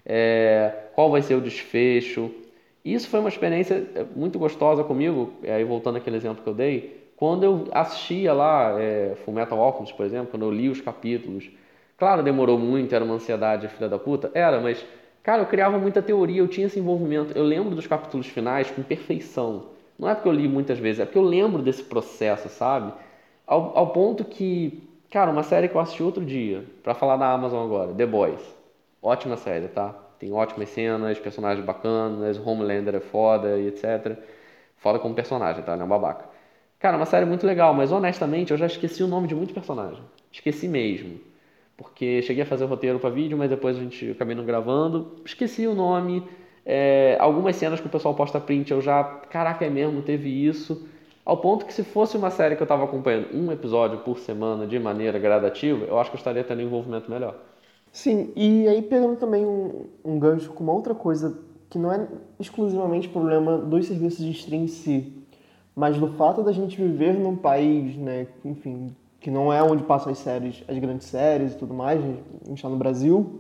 É, qual vai ser o desfecho? Isso foi uma experiência muito gostosa comigo, aí voltando àquele exemplo que eu dei, quando eu assistia lá é, Fullmetal Alchemist, por exemplo, quando eu li os capítulos. Claro, demorou muito, era uma ansiedade filha da puta, era, mas, cara, eu criava muita teoria, eu tinha esse envolvimento. Eu lembro dos capítulos finais com perfeição. Não é porque eu li muitas vezes, é porque eu lembro desse processo, sabe? Ao, ao ponto que, cara, uma série que eu assisti outro dia, pra falar da Amazon agora, The Boys. Ótima série, tá? Tem ótimas cenas, personagens bacanas, Homelander é foda e etcétera. Foda como personagem, tá? Não é um babaca. Cara, uma série muito legal, mas honestamente eu já esqueci o nome de muitos personagens. Esqueci mesmo. Porque cheguei a fazer o roteiro para vídeo, mas depois a gente acabei não gravando. Esqueci o nome. É, algumas cenas que o pessoal posta print eu já. Caraca, é mesmo, teve isso. Ao ponto que se fosse uma série que eu tava acompanhando um episódio por semana de maneira gradativa, eu acho que eu estaria tendo um envolvimento melhor. Sim, e aí pegando também um, um gancho com uma outra coisa que não é exclusivamente problema dos serviços de streaming em si, mas do fato da gente viver num país, né, enfim, que não é onde passam as séries, as grandes séries e tudo mais, a gente está no Brasil,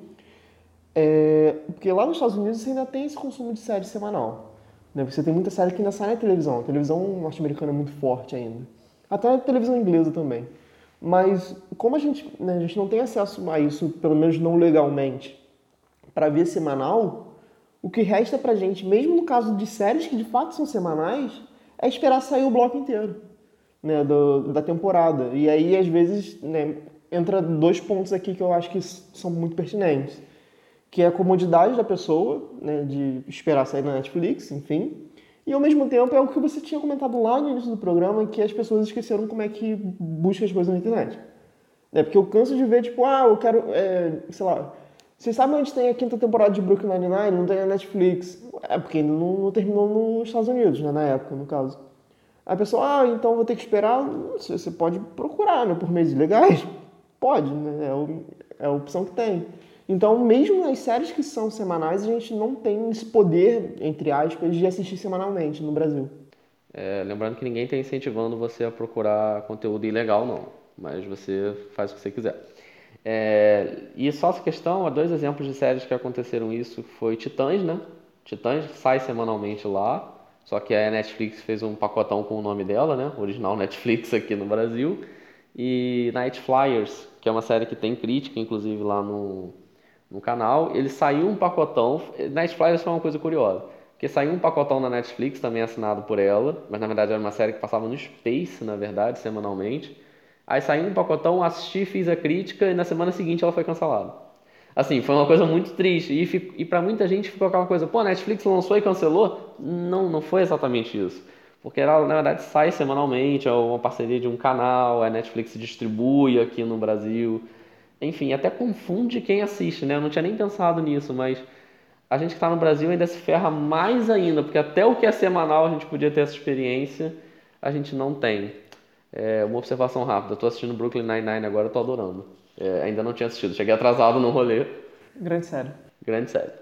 é, porque lá nos Estados Unidos você ainda tem esse consumo de série semanal, né, você tem muita série que ainda sai na televisão, a televisão norte-americana é muito forte ainda, até a televisão inglesa também. Mas como a gente, né, a gente não tem acesso a isso, pelo menos não legalmente, para ver semanal, o que resta pra gente, mesmo no caso de séries que de fato são semanais, é esperar sair o bloco inteiro, né, do, da temporada. E aí, às vezes, né, entra dois pontos aqui que eu acho que são muito pertinentes. Que é a comodidade da pessoa, né, de esperar sair na Netflix, enfim. E, ao mesmo tempo, é o que você tinha comentado lá no início do programa, que as pessoas esqueceram como é que busca as coisas na internet. É, porque eu canso de ver, tipo, ah, eu quero, é, sei lá... Vocês sabem onde tem a quinta temporada de Brooklyn Nine-Nine? Não tem na Netflix. É porque ainda não, não terminou nos Estados Unidos, né, na época, no caso. Aí a pessoa, ah, então vou ter que esperar. Você pode procurar, né, por meios legais? Pode, né, é, o, é a opção que tem. Então, mesmo nas séries que são semanais, a gente não tem esse poder, entre aspas, de assistir semanalmente no Brasil. É, lembrando que ninguém está incentivando você a procurar conteúdo ilegal, não. Mas você faz o que você quiser. É, e só essa questão, há dois exemplos de séries que aconteceram isso, foi Titãs, né? Titãs sai semanalmente lá, só que a Netflix fez um pacotão com o nome dela, né? Original Netflix aqui no Brasil. E Night Flyers, que é uma série que tem crítica, inclusive, lá no, no canal. Ele saiu um pacotão. Night Flyers foi uma coisa curiosa, porque saiu um pacotão na Netflix, também assinado por ela, mas na verdade era uma série que passava no Space, na verdade, semanalmente. Aí saiu um pacotão, assisti, fiz a crítica e na semana seguinte ela foi cancelada. Assim, foi uma coisa muito triste. E, fico- e para muita gente ficou aquela coisa, pô, a Netflix lançou e cancelou? Não, não foi exatamente isso. Porque ela, na verdade, sai semanalmente, é uma parceria de um canal, a Netflix distribui aqui no Brasil. Enfim, até confunde quem assiste, né? Eu não tinha nem pensado nisso, mas a gente que está no Brasil ainda se ferra mais ainda, porque até o que é semanal a gente podia ter essa experiência, a gente não tem. É, uma observação rápida, eu tô assistindo Brooklyn Nine-Nine agora, eu tô adorando. É, ainda não tinha assistido, cheguei atrasado no rolê. Grande série. Grande série.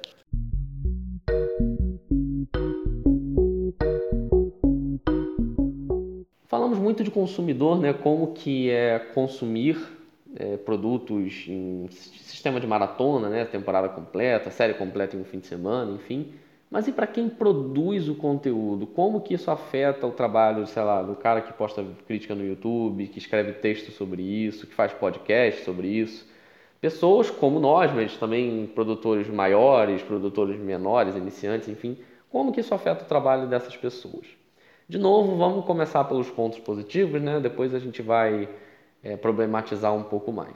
Falamos muito de consumidor, né? Como que é consumir é, produtos em sistema de maratona, né? Temporada completa, série completa em um fim de semana, enfim. Mas e para quem produz o conteúdo? Como que isso afeta o trabalho, sei lá, do cara que posta crítica no YouTube, que escreve texto sobre isso, que faz podcast sobre isso? Pessoas como nós, mas também produtores maiores, produtores menores, iniciantes, enfim. Como que isso afeta o trabalho dessas pessoas? De novo, vamos começar pelos pontos positivos, né? Depois a gente vai é, problematizar um pouco mais.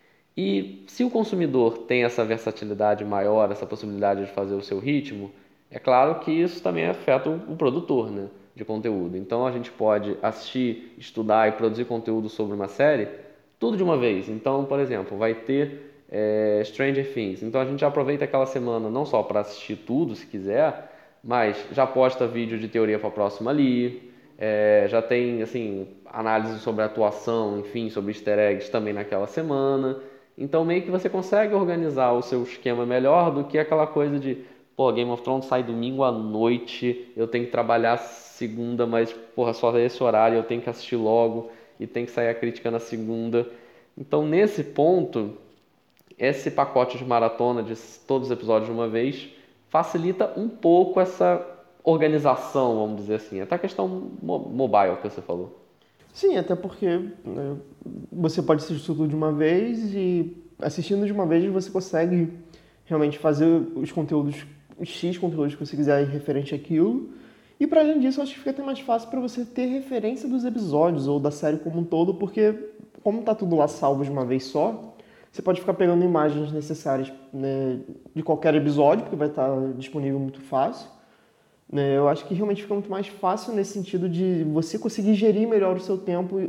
E se o consumidor tem essa versatilidade maior, essa possibilidade de fazer o seu ritmo, é claro que isso também afeta o produtor, né, de conteúdo. Então a gente pode assistir, estudar e produzir conteúdo sobre uma série, tudo de uma vez. Então, por exemplo, vai ter é, Stranger Things. Então a gente já aproveita aquela semana não só para assistir tudo, se quiser, mas já posta vídeo de teoria para a próxima ali, é, já tem assim análise sobre a atuação, enfim, sobre easter eggs também naquela semana. Então meio que você consegue organizar o seu esquema melhor do que aquela coisa de, pô, Game of Thrones sai domingo à noite, eu tenho que trabalhar segunda, mas porra, só é esse horário, eu tenho que assistir logo e tem que sair a crítica na segunda. Então nesse ponto, esse pacote de maratona de todos os episódios de uma vez facilita um pouco essa organização, vamos dizer assim. Até a questão mo- mobile que você falou. Sim, até porque né, você pode assistir tudo de uma vez e assistindo de uma vez você consegue realmente fazer os conteúdos, os X conteúdos que você quiser referente àquilo. E para além disso, eu acho que fica até mais fácil para você ter referência dos episódios ou da série como um todo, porque como tá tudo lá salvo de uma vez só, você pode ficar pegando imagens necessárias né, de qualquer episódio, porque vai estar disponível muito fácil. Né? Eu acho que realmente fica muito mais fácil nesse sentido de você conseguir gerir melhor o seu tempo.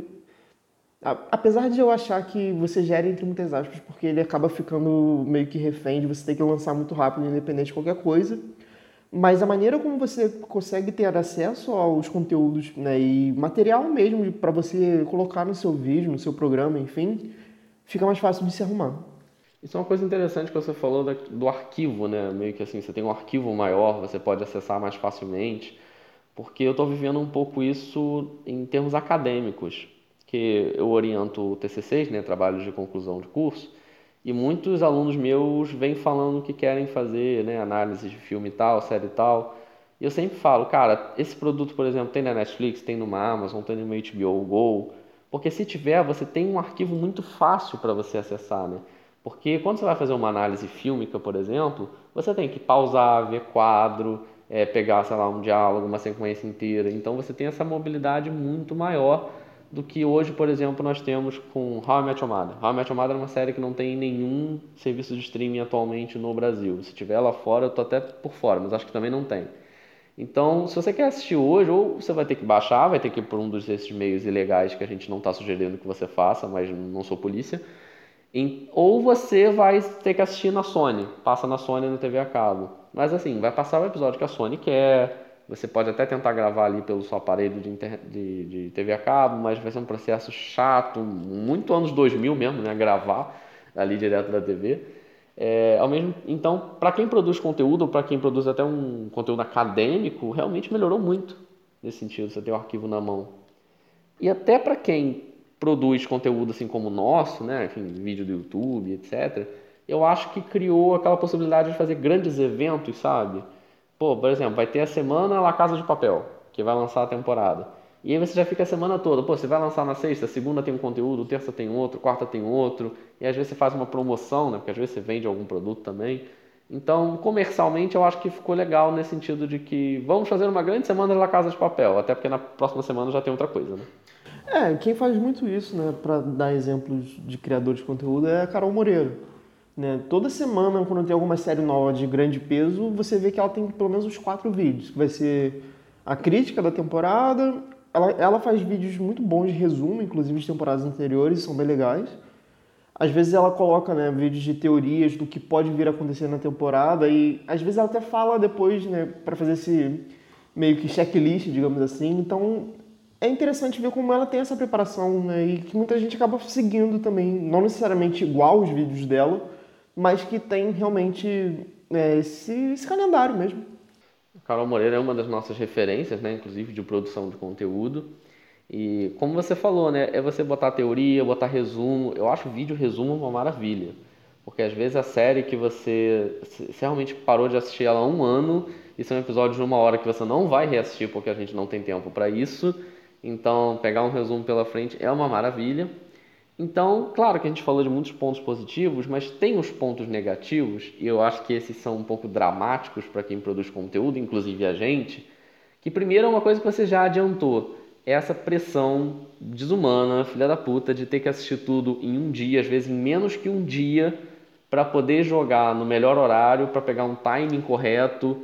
A- Apesar de eu achar que você gere entre muitas aspas, porque ele acaba ficando meio que refém de você ter que lançar muito rápido, independente de qualquer coisa. Mas a maneira como você consegue ter acesso aos conteúdos né, e material mesmo para você colocar no seu vídeo, no seu programa, enfim, fica mais fácil de se arrumar. Isso é uma coisa interessante que você falou da- do arquivo, né? Meio que assim, você tem um arquivo maior, você pode acessar mais facilmente, porque eu estou vivendo um pouco isso em termos acadêmicos, que eu oriento T C Cs, né? Trabalhos de conclusão de curso, e muitos alunos meus vêm falando que querem fazer, né? Análise de filme e tal, série e tal. E eu sempre falo, cara, esse produto, por exemplo, tem na Netflix, tem numa Amazon, tem no H B O Go, porque se tiver, você tem um arquivo muito fácil para você acessar, né? Porque quando você vai fazer uma análise fílmica, por exemplo, você tem que pausar, ver quadro, é, pegar, sei lá, um diálogo, uma sequência inteira. Então você tem essa mobilidade muito maior do que hoje, por exemplo, nós temos com How I Met Your Mother. How I Met Your Mother é uma série que não tem nenhum serviço de streaming atualmente no Brasil. Se tiver lá fora, eu tô até por fora, mas acho que também não tem. Então, se você quer assistir hoje, ou você vai ter que baixar, vai ter que ir por um desses meios ilegais que a gente não está sugerindo que você faça, mas não sou polícia. Em- ou você vai ter que assistir na Sony, passa na Sony no T V a cabo. Mas assim, vai passar o episódio que a Sony quer. Você pode até tentar gravar ali pelo seu aparelho de, inter... de, de T V a cabo, mas vai ser um processo chato, muito anos dois mil mesmo, né? Gravar ali direto da T V. É, ao mesmo, então, para quem produz conteúdo, ou para quem produz até um conteúdo acadêmico, realmente melhorou muito nesse sentido, você ter o arquivo na mão. E até para quem produz conteúdo assim como o nosso, né, enfim, vídeo do YouTube, etcétera, eu acho que criou aquela possibilidade de fazer grandes eventos, sabe? Pô, por exemplo, vai ter a semana La Casa de Papel, que vai lançar a temporada. E aí você já fica a semana toda, pô, você vai lançar na sexta, segunda tem um conteúdo, terça tem outro, quarta tem outro, e às vezes você faz uma promoção, né, porque às vezes você vende algum produto também. Então, comercialmente, eu acho que ficou legal nesse sentido de que vamos fazer uma grande semana La Casa de Papel, até porque na próxima semana já tem outra coisa, né? É, quem faz muito isso, né, para dar exemplos de criadores de conteúdo é a Carol Moreira. né? Toda semana, quando tem alguma série nova de grande peso, você vê que ela tem pelo menos uns quatro vídeos, que vai ser a crítica da temporada. Ela, ela faz vídeos muito bons de resumo, inclusive de temporadas anteriores, são bem legais. Às vezes ela coloca, né, vídeos de teorias do que pode vir a acontecer na temporada e às vezes ela até fala depois, né, para fazer esse meio que checklist, digamos assim. Então é interessante ver como ela tem essa preparação, né, e que muita gente acaba seguindo também, não necessariamente igual os vídeos dela, mas que tem realmente é, esse, esse calendário mesmo. Carol Moreira é uma das nossas referências, né, inclusive de produção de conteúdo. E como você falou, né, é você botar teoria, botar resumo. Eu acho o vídeo resumo uma maravilha. Porque às vezes a série que você, você realmente parou de assistir ela há um ano, e são episódios de uma hora que você não vai reassistir porque a gente não tem tempo para isso. Então, pegar um resumo pela frente é uma maravilha. Então, claro que a gente falou de muitos pontos positivos, mas tem os pontos negativos, e eu acho que esses são um pouco dramáticos para quem produz conteúdo, inclusive a gente, que primeiro é uma coisa que você já adiantou, é essa pressão desumana, filha da puta, de ter que assistir tudo em um dia, às vezes em menos que um dia, para poder jogar no melhor horário, para pegar um timing correto.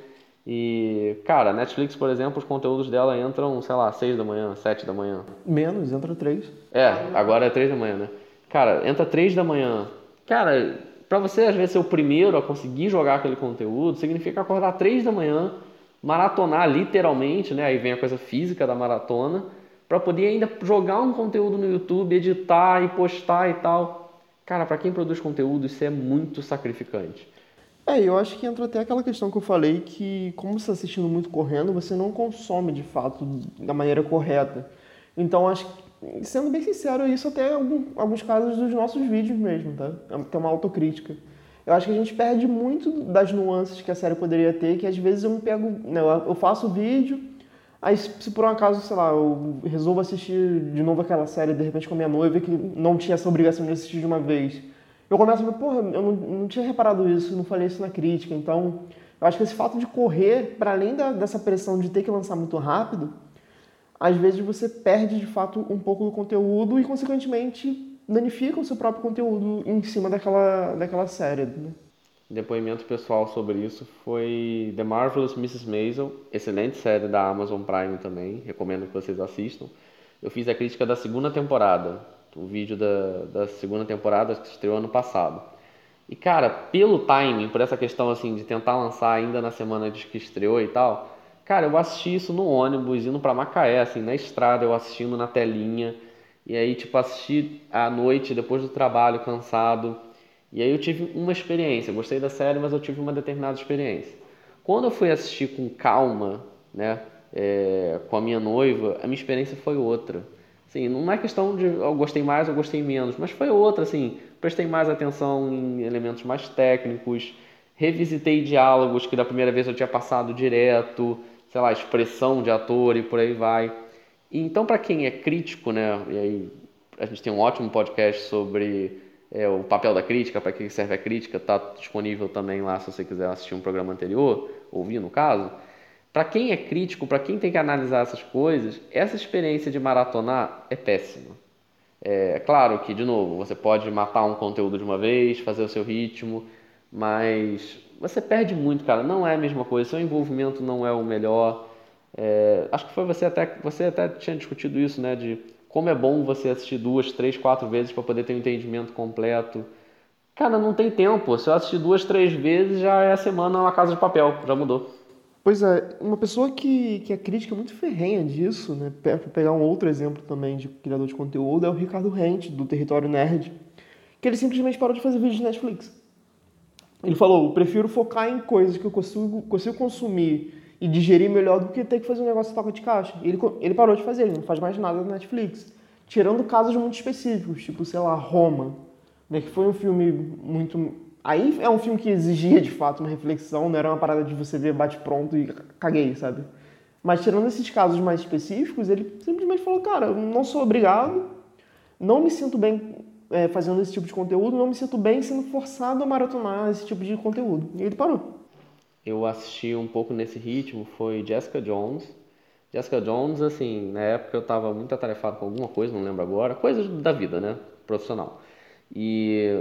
E, cara, a Netflix, por exemplo, os conteúdos dela entram, sei lá, seis da manhã, sete da manhã. Menos, entra três. É, agora é três da manhã, né? Cara, entra três da manhã. Cara, pra você às vezes ser o primeiro a conseguir jogar aquele conteúdo, significa acordar três da manhã, maratonar literalmente, né? Aí vem a coisa física da maratona, pra poder ainda jogar um conteúdo no YouTube, editar e postar e tal. Cara, pra quem produz conteúdo, isso é muito sacrificante. É, eu acho que entra até aquela questão que eu falei que, como você está assistindo muito correndo, você não consome de fato da maneira correta. Então, acho que, sendo bem sincero, isso até em algum, alguns casos dos nossos vídeos mesmo, tá? Tem uma autocrítica. Eu acho que a gente perde muito das nuances que a série poderia ter, que às vezes eu me pego, né, eu faço o vídeo, aí se por um acaso, sei lá, eu resolvo assistir de novo aquela série, de repente com a minha noiva, que não tinha essa obrigação de assistir de uma vez. Eu começo a ver, porra, eu não, não tinha reparado isso, não falei isso na crítica. Então, eu acho que esse fato de correr, para além da, dessa pressão de ter que lançar muito rápido, às vezes você perde de fato um pouco do conteúdo e, consequentemente, danifica o seu próprio conteúdo em cima daquela, daquela série, né? Depoimento pessoal sobre isso foi The Marvelous missus Maisel, excelente série da Amazon Prime também, recomendo que vocês assistam. Eu fiz a crítica da segunda temporada, o vídeo da, da segunda temporada que estreou ano passado. E cara, pelo timing, por essa questão assim de tentar lançar ainda na semana de que estreou e tal, cara, eu assisti isso no ônibus, indo pra Macaé, assim, na estrada, eu assistindo na telinha. E aí, tipo, assisti à noite, depois do trabalho, cansado. E aí eu tive uma experiência, eu gostei da série, mas eu tive uma determinada experiência. Quando eu fui assistir com calma, né, é, com a minha noiva, a minha experiência foi outra. Assim, não é questão de eu gostei mais ou gostei menos, mas foi outra, assim, prestei mais atenção em elementos mais técnicos, revisitei diálogos que da primeira vez eu tinha passado direto, sei lá, expressão de ator e por aí vai. E então, para quem é crítico, né, e aí a gente tem um ótimo podcast sobre é, o papel da crítica, para que serve a crítica, está disponível também lá se você quiser assistir um programa anterior, ouvir no caso. Para quem é crítico, para quem tem que analisar essas coisas, essa experiência de maratonar é péssima. É claro que, de novo, você pode matar um conteúdo de uma vez, fazer o seu ritmo, mas você perde muito, cara. Não é a mesma coisa, seu envolvimento não é o melhor. É, acho que foi você até, você até tinha discutido isso, né? De como é bom você assistir duas, três, quatro vezes para poder ter um entendimento completo. Cara, não tem tempo. Se eu assistir duas, três vezes, já é a semana uma Casa de Papel, já mudou. Pois é, uma pessoa que, que é crítica muito ferrenha disso, né? Para pegar um outro exemplo também de criador de conteúdo, é o Ricardo Rente, do Território Nerd, que ele simplesmente parou de fazer vídeos de Netflix. Ele falou, eu prefiro focar em coisas que eu consigo, consigo consumir e digerir melhor do que ter que fazer um negócio de toca de caixa. E ele, ele parou de fazer, ele não faz mais nada na Netflix. Tirando casos muito específicos, tipo, sei lá, Roma, né, que foi um filme muito... Aí é um filme que exigia, de fato, uma reflexão, não era uma parada de você ver bate-pronto e caguei, sabe? Mas tirando esses casos mais específicos, ele simplesmente falou, cara, eu não sou obrigado, não me sinto bem é, fazendo esse tipo de conteúdo, não me sinto bem sendo forçado a maratonar esse tipo de conteúdo. E ele parou. Eu assisti um pouco nesse ritmo, foi Jessica Jones. Jessica Jones, assim, na época eu estava muito atarefado com alguma coisa, não lembro agora, coisas da vida, né, profissional. E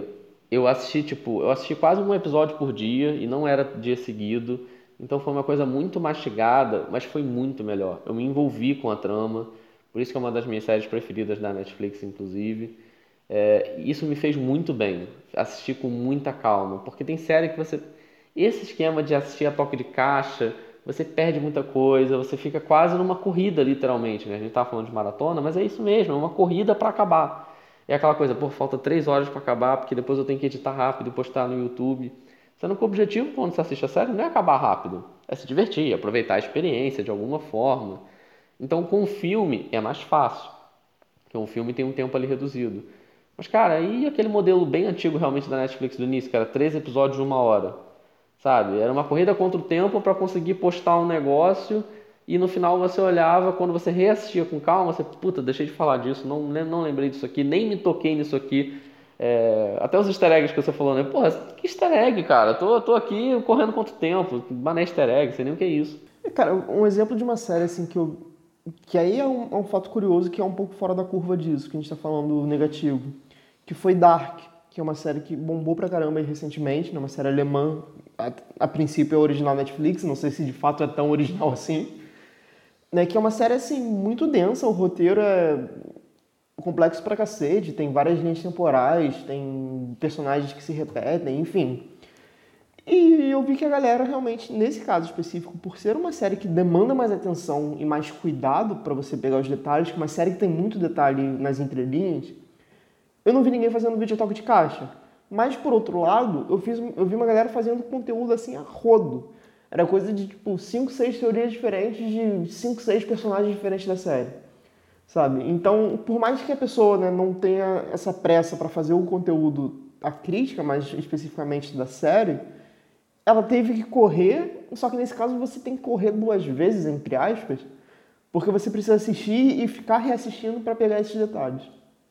Eu assisti, tipo, eu assisti quase um episódio por dia e não era dia seguido. Então foi uma coisa muito mastigada, mas foi muito melhor. Eu me envolvi com a trama, por isso que é uma das minhas séries preferidas da Netflix, inclusive. É, isso me fez muito bem, assistir com muita calma, porque tem série que você... Esse esquema de assistir a toque de caixa, você perde muita coisa, você fica quase numa corrida, literalmente, né? A gente tá falando de maratona, mas é isso mesmo, é uma corrida para acabar. É aquela coisa, pô, falta três horas para acabar, porque depois eu tenho que editar rápido e postar no YouTube. Sendo que o objetivo quando você assiste a série não é acabar rápido, é se divertir, aproveitar a experiência de alguma forma. Então com o filme é mais fácil, porque um filme tem um tempo ali reduzido. Mas cara, e aquele modelo bem antigo realmente da Netflix do início, que era três episódios de uma hora, sabe? Era uma corrida contra o tempo para conseguir postar um negócio e no final você olhava, quando você reassistia com calma, você, puta, deixei de falar disso, não, não lembrei disso aqui, nem me toquei nisso aqui. É, até os easter eggs que você falou, né? Porra, que easter egg, cara? Tô, tô aqui correndo contra o tempo, mané easter egg, sei nem o que é isso. É, cara, um exemplo de uma série assim que eu que aí é um, é um fato curioso que é um pouco fora da curva disso, que a gente está falando negativo, que foi Dark, que é uma série que bombou pra caramba aí recentemente, né? Uma série alemã, a, a princípio é original Netflix, não sei se de fato é tão original assim, né? Que é uma série assim muito densa, o roteiro é complexo pra cacete, tem várias linhas temporais, tem personagens que se repetem, enfim. E eu vi que a galera realmente, nesse caso específico, por ser uma série que demanda mais atenção e mais cuidado para você pegar os detalhes, uma série que tem muito detalhe nas entrelinhas, eu não vi ninguém fazendo vídeo toque de caixa. Mas, por outro lado, eu, fiz, eu vi uma galera fazendo conteúdo assim a rodo. Era coisa de, tipo, cinco, seis teorias diferentes de cinco, seis personagens diferentes da série, sabe? Então, por mais que a pessoa, né, não tenha essa pressa para fazer o conteúdo, a crítica, mais especificamente da série, ela teve que correr, só que nesse caso você tem que correr duas vezes, entre aspas, porque você precisa assistir e ficar reassistindo para pegar esses detalhes.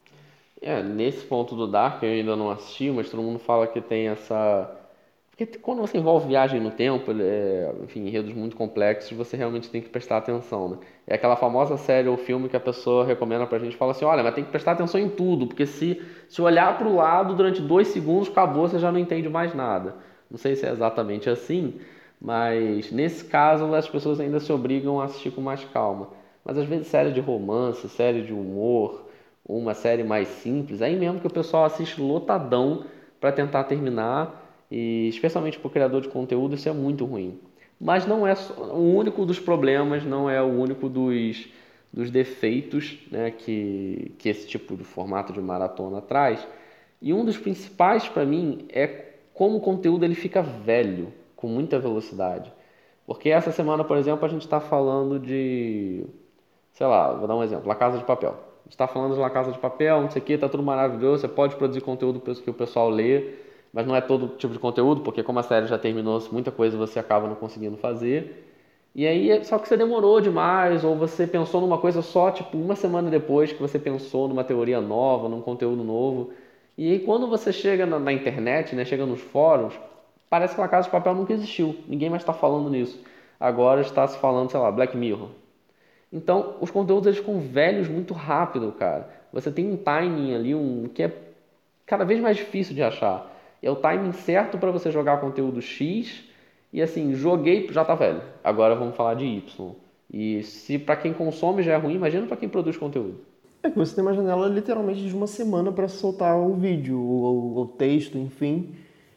É, nesse ponto do Dark eu ainda não assisti, mas todo mundo fala que tem essa... Porque quando você envolve viagem no tempo, é, enfim, enredos muito complexos, você realmente tem que prestar atenção, né? É aquela famosa série ou filme que a pessoa recomenda pra gente e fala assim, olha, mas tem que prestar atenção em tudo, porque se, se olhar pro lado durante dois segundos, acabou, você já não entende mais nada. Não sei se é exatamente assim, mas nesse caso as pessoas ainda se obrigam a assistir com mais calma. Mas às vezes série de romance, série de humor, ou uma série mais simples, aí mesmo que o pessoal assiste lotadão para tentar terminar, e especialmente para o criador de conteúdo isso é muito ruim. Mas não é só, o único dos problemas, não é o único dos, dos defeitos, né, que, que esse tipo de formato de maratona traz. E um dos principais para mim é como o conteúdo ele fica velho, com muita velocidade. Porque essa semana, por exemplo, a gente está falando de, sei lá, vou dar um exemplo, La Casa de Papel. A gente está falando de La Casa de Papel, não sei o que, tá tudo maravilhoso, você pode produzir conteúdo que o pessoal lê, mas não é todo tipo de conteúdo, porque como a série já terminou, muita coisa você acaba não conseguindo fazer. E aí, só que você demorou demais, ou você pensou numa coisa só, tipo, uma semana depois que você pensou numa teoria nova, num conteúdo novo. E aí, quando você chega na, na internet, né, chega nos fóruns, parece que La Casa de Papel nunca existiu. Ninguém mais está falando nisso. Agora está se falando, sei lá, Black Mirror. Então, os conteúdos eles ficam velhos muito rápido, cara. Você tem um timing ali, um que é cada vez mais difícil de achar. É o timing certo para você jogar conteúdo X e assim, joguei, já tá velho. Agora vamos falar de Y. E se para quem consome já é ruim, imagina para quem produz conteúdo. É que você tem uma janela literalmente de uma semana para soltar o vídeo, o, o texto, enfim.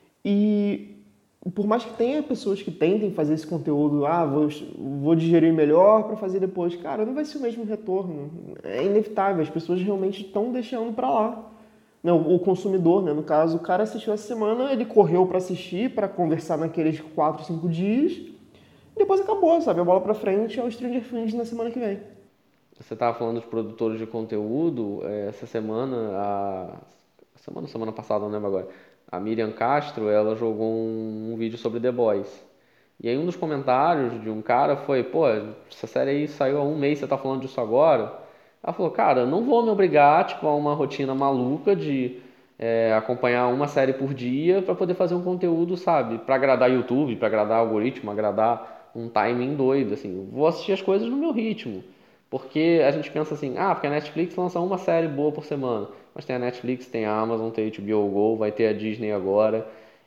E por mais que tenha pessoas que tentem fazer esse conteúdo, ah, vou, vou digerir melhor para fazer depois, cara, não vai ser o mesmo retorno. É inevitável, as pessoas realmente estão deixando para lá. Não, o consumidor, né? No caso, o cara assistiu essa semana, ele correu para assistir, para conversar naqueles quatro, cinco dias, e depois acabou, sabe? A bola para frente é o Stranger Things na semana que vem. Você estava falando dos produtores de conteúdo, essa semana, a semana, semana passada, não lembro agora, a Miriam Castro, ela jogou um, um vídeo sobre The Boys. E aí um dos comentários de um cara foi, pô, essa série aí saiu há um mês, você tá falando disso agora? Ela falou, cara, eu não vou me obrigar, tipo, a uma rotina maluca de é, acompanhar uma série por dia para poder fazer um conteúdo, sabe? Para agradar YouTube, para agradar algoritmo, agradar um timing doido, assim. Vou assistir as coisas no meu ritmo. Porque a gente pensa assim, ah, porque a Netflix lança uma série boa por semana. Mas tem a Netflix, tem a Amazon, tem a H B O Go, vai ter a Disney agora.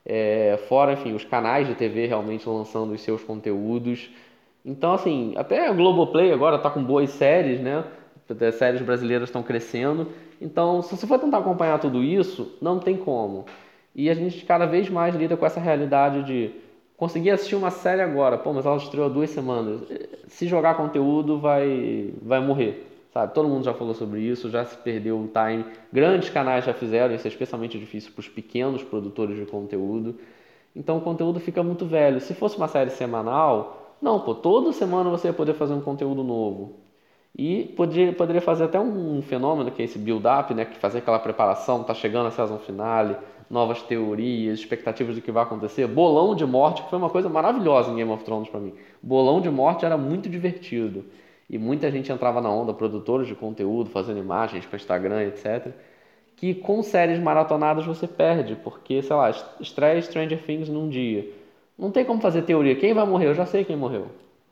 É, fora, enfim, os canais de T V realmente lançando os seus conteúdos. Então, assim, até a Globoplay agora tá com boas séries, né? As séries brasileiras estão crescendo. Então, se você for tentar acompanhar tudo isso, não tem como. E a gente cada vez mais lida com essa realidade de conseguir assistir uma série agora, pô, mas ela estreou há duas semanas. Se jogar conteúdo, vai, vai morrer, sabe? Todo mundo já falou sobre isso, já se perdeu o time. Grandes canais já fizeram, isso é especialmente difícil para os pequenos produtores de conteúdo. Então o conteúdo fica muito velho. Se fosse uma série semanal, não, pô, toda semana você ia poder fazer um conteúdo novo. E poderia, poderia fazer até um fenômeno que é esse build-up, né? Que fazer aquela preparação, tá chegando a season finale, novas teorias, expectativas do que vai acontecer. Bolão de morte, que foi uma coisa maravilhosa em Game of Thrones pra mim. Bolão de morte era muito divertido. E muita gente entrava na onda, produtores de conteúdo, fazendo imagens para Instagram, etcétera. Que com séries maratonadas você perde, porque, sei lá, estreia Stranger Things num dia. Não tem como fazer teoria. Quem vai morrer? Eu já sei quem morreu.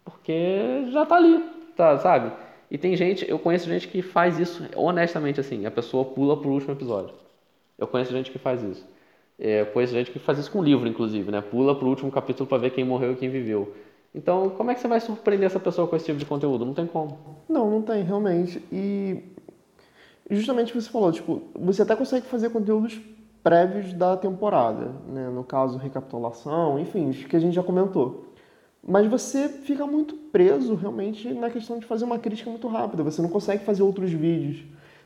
Porque já tá ali, tá, sabe? E tem gente, eu conheço gente que faz isso honestamente assim, a pessoa pula pro último episódio. Eu conheço gente que faz isso. É, eu conheço gente que faz isso com livro, inclusive, né? Pula pro último capítulo para ver quem morreu e quem viveu. Então, como é que você vai surpreender essa pessoa com esse tipo de conteúdo? Não tem como. Não, não tem, realmente. E justamente o que você falou, tipo, você até consegue fazer conteúdos prévios da temporada, né? No caso, recapitulação, enfim, os que a gente já comentou. Mas você fica muito preso realmente na questão de fazer uma crítica muito rápida. Você não consegue fazer outros vídeos,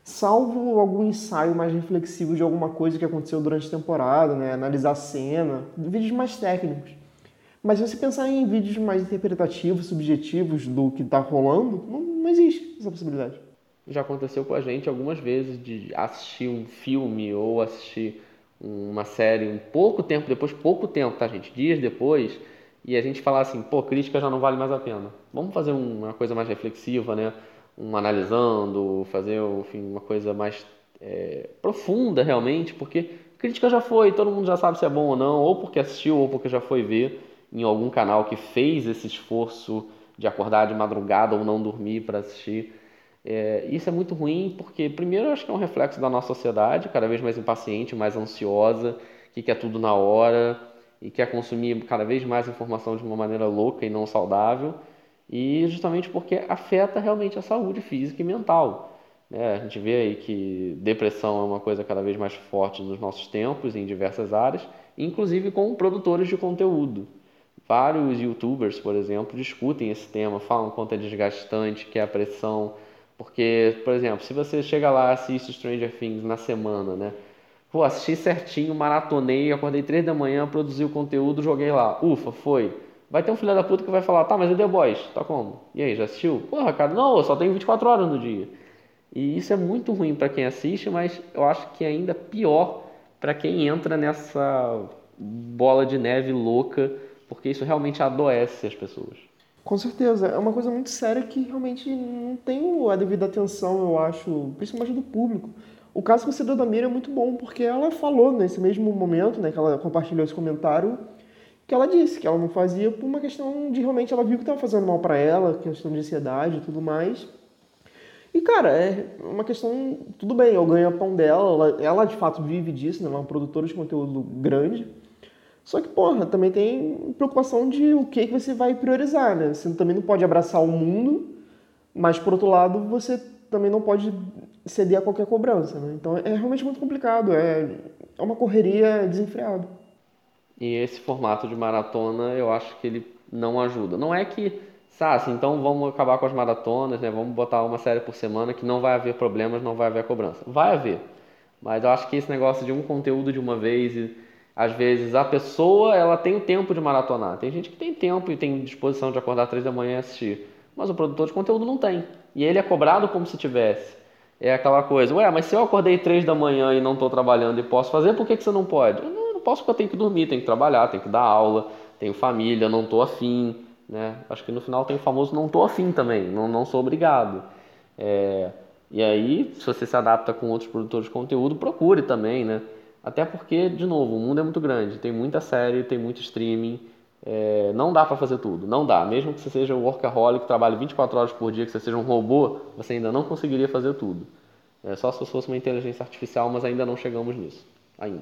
salvo algum ensaio mais reflexivo de alguma coisa que aconteceu durante a temporada, né? Analisar a cena, vídeos mais técnicos. Mas se você pensar em vídeos mais interpretativos, subjetivos do que está rolando, não, não existe essa possibilidade. Já aconteceu com a gente algumas vezes de assistir um filme ou assistir uma série um pouco tempo depois, pouco tempo, tá, gente? Dias depois, e a gente falar assim, pô, crítica já não vale mais a pena. Vamos fazer uma coisa mais reflexiva, né? Um analisando, fazer, enfim, uma coisa mais é, profunda realmente, porque crítica já foi, todo mundo já sabe se é bom ou não, ou porque assistiu ou porque já foi ver em algum canal que fez esse esforço de acordar de madrugada ou não dormir para assistir. É, isso é muito ruim porque, primeiro, eu acho que é um reflexo da nossa sociedade, cada vez mais impaciente, mais ansiosa, que quer tudo na hora e quer consumir cada vez mais informação de uma maneira louca e não saudável, e justamente porque afeta realmente a saúde física e mental. Né? A gente vê aí que depressão é uma coisa cada vez mais forte nos nossos tempos, em diversas áreas, inclusive com produtores de conteúdo. Vários youtubers, por exemplo, discutem esse tema, falam quanto é desgastante, que é a pressão. Porque, por exemplo, se você chega lá e assiste Stranger Things na semana, né? Pô, assisti certinho, maratonei, acordei três da manhã, produzi o conteúdo, joguei lá. Ufa, foi. Vai ter um filho da puta que vai falar, tá, mas e The Boys? Tá como? E aí, já assistiu? Porra, cara, não, eu só tenho vinte e quatro horas no dia. E isso é muito ruim pra quem assiste, mas eu acho que é ainda pior pra quem entra nessa bola de neve louca, porque isso realmente adoece as pessoas. Com certeza, é uma coisa muito séria que realmente não tem a devida atenção, eu acho, principalmente do público. O caso que você deu da Mira é muito bom, porque ela falou nesse mesmo momento, né, que ela compartilhou esse comentário, que ela disse que ela não fazia por uma questão de realmente ela viu que estava fazendo mal para ela, questão de ansiedade e tudo mais. E, cara, é uma questão, tudo bem, eu ganho a pão dela, ela, ela de fato vive disso, né, ela é uma produtora de conteúdo grande. Só que, porra, também tem preocupação de o que, que você vai priorizar, né? Você também não pode abraçar o mundo, mas, por outro lado, você também não pode ceder a qualquer cobrança, né? Então, é realmente muito complicado, é, é uma correria desenfreada. E esse formato de maratona, eu acho que ele não ajuda. Não é que, sabe, assim, então vamos acabar com as maratonas, né? Vamos botar uma série por semana que não vai haver problemas, não vai haver cobrança. Vai haver. Mas eu acho que esse negócio de um conteúdo de uma vez e às vezes a pessoa, ela tem o tempo de maratonar. Tem gente que tem tempo e tem disposição de acordar três da manhã e assistir. Mas o produtor de conteúdo não tem. E ele é cobrado como se tivesse. É aquela coisa, ué, mas se eu acordei três da manhã e não estou trabalhando e posso fazer, por que que você não pode? Eu não, eu não posso porque eu tenho que dormir, tenho que trabalhar, tenho que dar aula, tenho família, não estou afim. Né? Acho que no final tem o famoso não estou afim também, não, não sou obrigado. É, e aí, se você se adapta com outros produtores de conteúdo, procure também, né? Até porque, de novo, o mundo é muito grande, tem muita série, tem muito streaming, É, não dá para fazer tudo, não dá. Mesmo que você seja um workaholic, que trabalhe vinte e quatro horas por dia, que você seja um robô, você ainda não conseguiria fazer tudo. É só se fosse uma inteligência artificial, mas ainda não chegamos nisso. Ainda.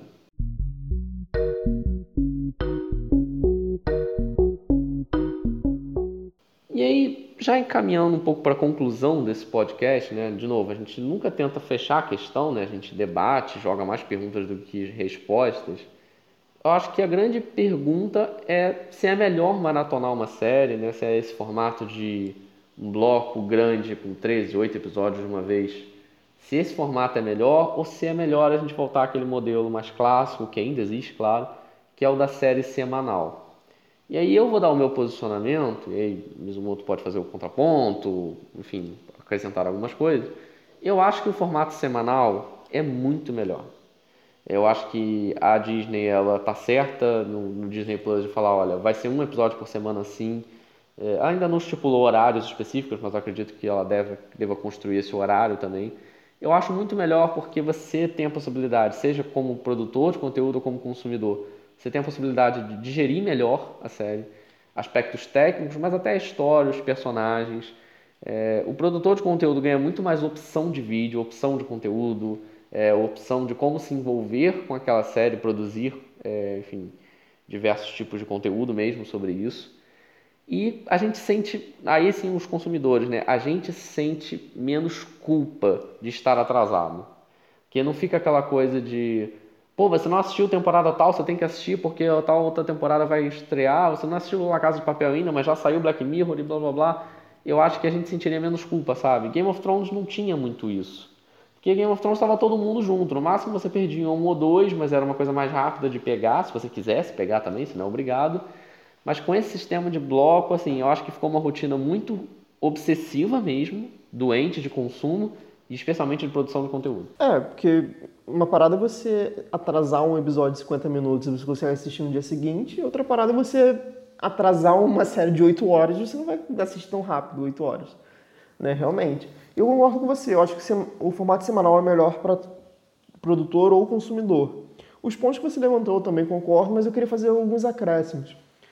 E aí, já encaminhando um pouco para a conclusão desse podcast, né? De novo, a gente nunca tenta fechar a questão, né? A gente debate, joga mais perguntas do que respostas. Eu acho que a grande pergunta é se é melhor maratonar uma série, né? Se é esse formato de um bloco grande com treze, oito episódios de uma vez. Se esse formato é melhor ou se é melhor a gente voltar àquele modelo mais clássico, que ainda existe, claro, que é o da série semanal. E aí eu vou dar o meu posicionamento, e aí o Mizumoto pode fazer o contraponto, enfim, acrescentar algumas coisas. Eu acho que o formato semanal é muito melhor. Eu acho que a Disney, ela tá certa no, no Disney Plus de falar, olha, vai ser um episódio por semana sim. É, ainda não estipulou horários específicos, mas eu acredito que ela deve, deva construir esse horário também. Eu acho muito melhor porque você tem a possibilidade, seja como produtor de conteúdo ou como consumidor, você tem a possibilidade de digerir melhor a série, aspectos técnicos, mas até a história, os personagens. É, o produtor de conteúdo ganha muito mais opção de vídeo, opção de conteúdo, é, opção de como se envolver com aquela série, produzir, é, enfim, diversos tipos de conteúdo mesmo sobre isso. E a gente sente, aí sim os consumidores, né? A gente sente menos culpa de estar atrasado. Porque não fica aquela coisa de, pô, você não assistiu temporada tal, você tem que assistir porque a tal outra temporada vai estrear, você não assistiu La Casa de Papel ainda, mas já saiu Black Mirror e blá blá blá. Eu acho que a gente sentiria menos culpa, sabe? Game of Thrones não tinha muito isso. Porque Game of Thrones estava todo mundo junto. No máximo você perdia um ou dois, mas era uma coisa mais rápida de pegar, se você quisesse pegar também, se não é obrigado. Mas com esse sistema de bloco, assim, eu acho que ficou uma rotina muito obsessiva mesmo, doente de consumo e especialmente de produção de conteúdo. É, porque uma parada é você atrasar um episódio de cinquenta minutos e você consegue assistir no dia seguinte, e outra parada é você atrasar uma série de oito horas e você não vai assistir tão rápido, oito horas. Né, realmente. Eu concordo com você, eu acho que o formato semanal é melhor para produtor ou consumidor. Os pontos que você levantou eu também concordo, mas eu queria fazer alguns acréscimos.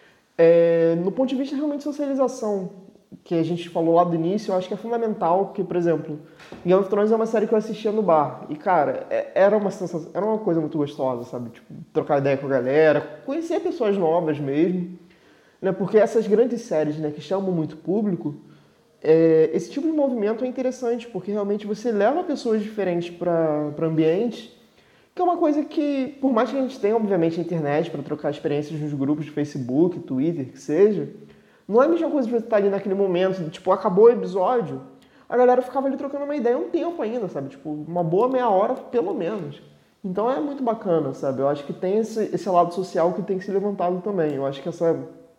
É, no ponto de vista realmente de socialização, que a gente falou lá do início, eu acho que é fundamental, porque, por exemplo, Game of Thrones é uma série que eu assistia no bar, e, cara, é, era, uma sensação, era uma coisa muito gostosa, sabe? Tipo, trocar ideia com a galera, conhecer pessoas novas mesmo, né? Porque essas grandes séries, né, que chamam muito público, é, esse tipo de movimento é interessante, porque realmente você leva pessoas diferentes para ambientes, que é uma coisa que, por mais que a gente tenha, obviamente, a internet para trocar experiências nos grupos de Facebook, Twitter, que seja, não é a mesma coisa de você estar ali naquele momento, tipo, acabou o episódio, a galera ficava ali trocando uma ideia um tempo ainda, sabe? Tipo, uma boa meia hora, pelo menos. Então é muito bacana, sabe? Eu acho que tem esse, esse lado social que tem que ser levantado também. Eu acho que essa,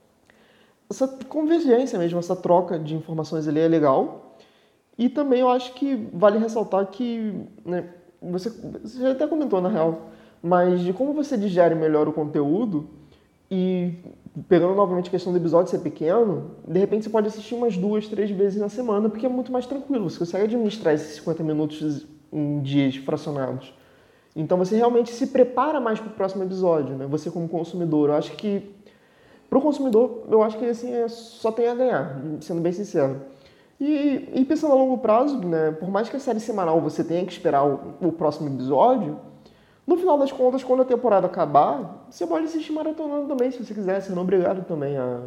essa convergência mesmo, essa troca de informações ali é legal. E também eu acho que vale ressaltar que, né, Você, você já até comentou, na real, mas de como você digere melhor o conteúdo e, pegando novamente a questão do episódio ser pequeno, de repente você pode assistir umas duas, três vezes na semana, porque é muito mais tranquilo. Você consegue administrar esses cinquenta minutos em dias fracionados. Então você realmente se prepara mais para o próximo episódio, né? Você como consumidor. Eu acho que, para o consumidor, eu acho que assim, é, só tem a ganhar, sendo bem sincero. E, e pensando a longo prazo, né, por mais que a série semanal você tenha que esperar o, o próximo episódio, no final das contas, quando a temporada acabar, você pode assistir maratonando também, se você quiser. Você não é obrigado também a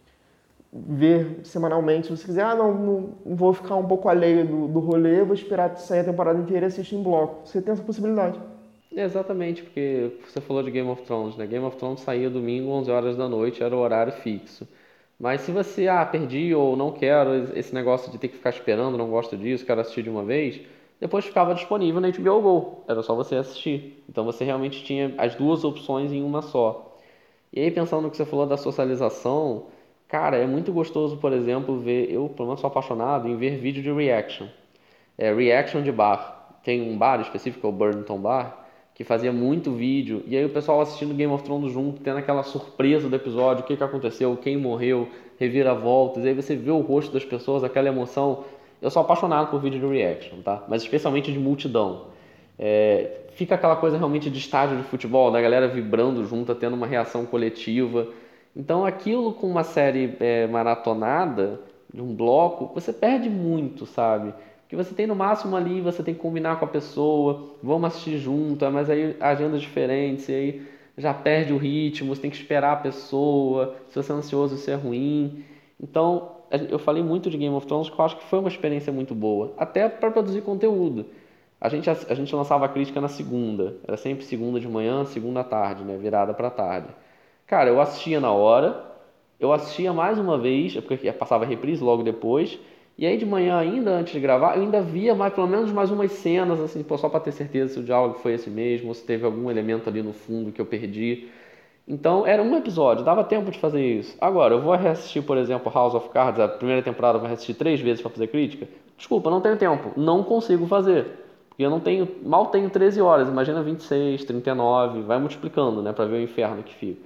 ver semanalmente. Se você quiser, ah, não, não vou ficar um pouco alheio do, do rolê, vou esperar sair a temporada inteira e assistir em bloco. Você tem essa possibilidade. É exatamente, porque você falou de Game of Thrones, né? Game of Thrones saía domingo, onze horas da noite, era o horário fixo. Mas se você, ah, perdi ou não quero esse negócio de ter que ficar esperando, não gosto disso, quero assistir de uma vez, depois ficava disponível na H B O Go, era só você assistir. Então você realmente tinha as duas opções em uma só. E aí pensando no que você falou da socialização, cara, é muito gostoso, por exemplo, ver, eu pelo menos sou apaixonado em ver vídeo de reaction. É, reaction de bar. Tem um bar específico, é o Burlington Bar, que fazia muito vídeo, e aí o pessoal assistindo Game of Thrones junto, tendo aquela surpresa do episódio, o que, que aconteceu, quem morreu, reviravoltas, e aí você vê o rosto das pessoas, aquela emoção. Eu sou apaixonado por vídeo de reaction, tá? Mas especialmente de multidão. É, fica aquela coisa realmente de estádio de futebol, da galera vibrando junto, tendo uma reação coletiva. Então aquilo com uma série é, maratonada, de um bloco, você perde muito, sabe? Porque você tem no máximo ali, você tem que combinar com a pessoa, vamos assistir junto, mas aí agendas diferentes, e aí já perde o ritmo, você tem que esperar a pessoa, se você é ansioso isso é ruim. Então, eu falei muito de Game of Thrones, que eu acho que foi uma experiência muito boa, até para produzir conteúdo. A gente, a gente lançava a crítica na segunda, era sempre segunda de manhã, segunda à tarde, né, virada para tarde. Cara, eu assistia na hora, eu assistia mais uma vez, porque passava reprise logo depois, e aí de manhã ainda, antes de gravar, eu ainda via mais, pelo menos mais umas cenas, assim, pô, só para ter certeza se o diálogo foi esse mesmo, ou se teve algum elemento ali no fundo que eu perdi. Então era um episódio, dava tempo de fazer isso. Agora, eu vou reassistir, por exemplo, House of Cards, a primeira temporada, eu vou reassistir três vezes para fazer crítica. Desculpa, não tenho tempo, não consigo fazer. Porque eu não tenho, mal tenho treze horas, imagina vinte e seis, trinta e nove, vai multiplicando, né, para ver o inferno que fica.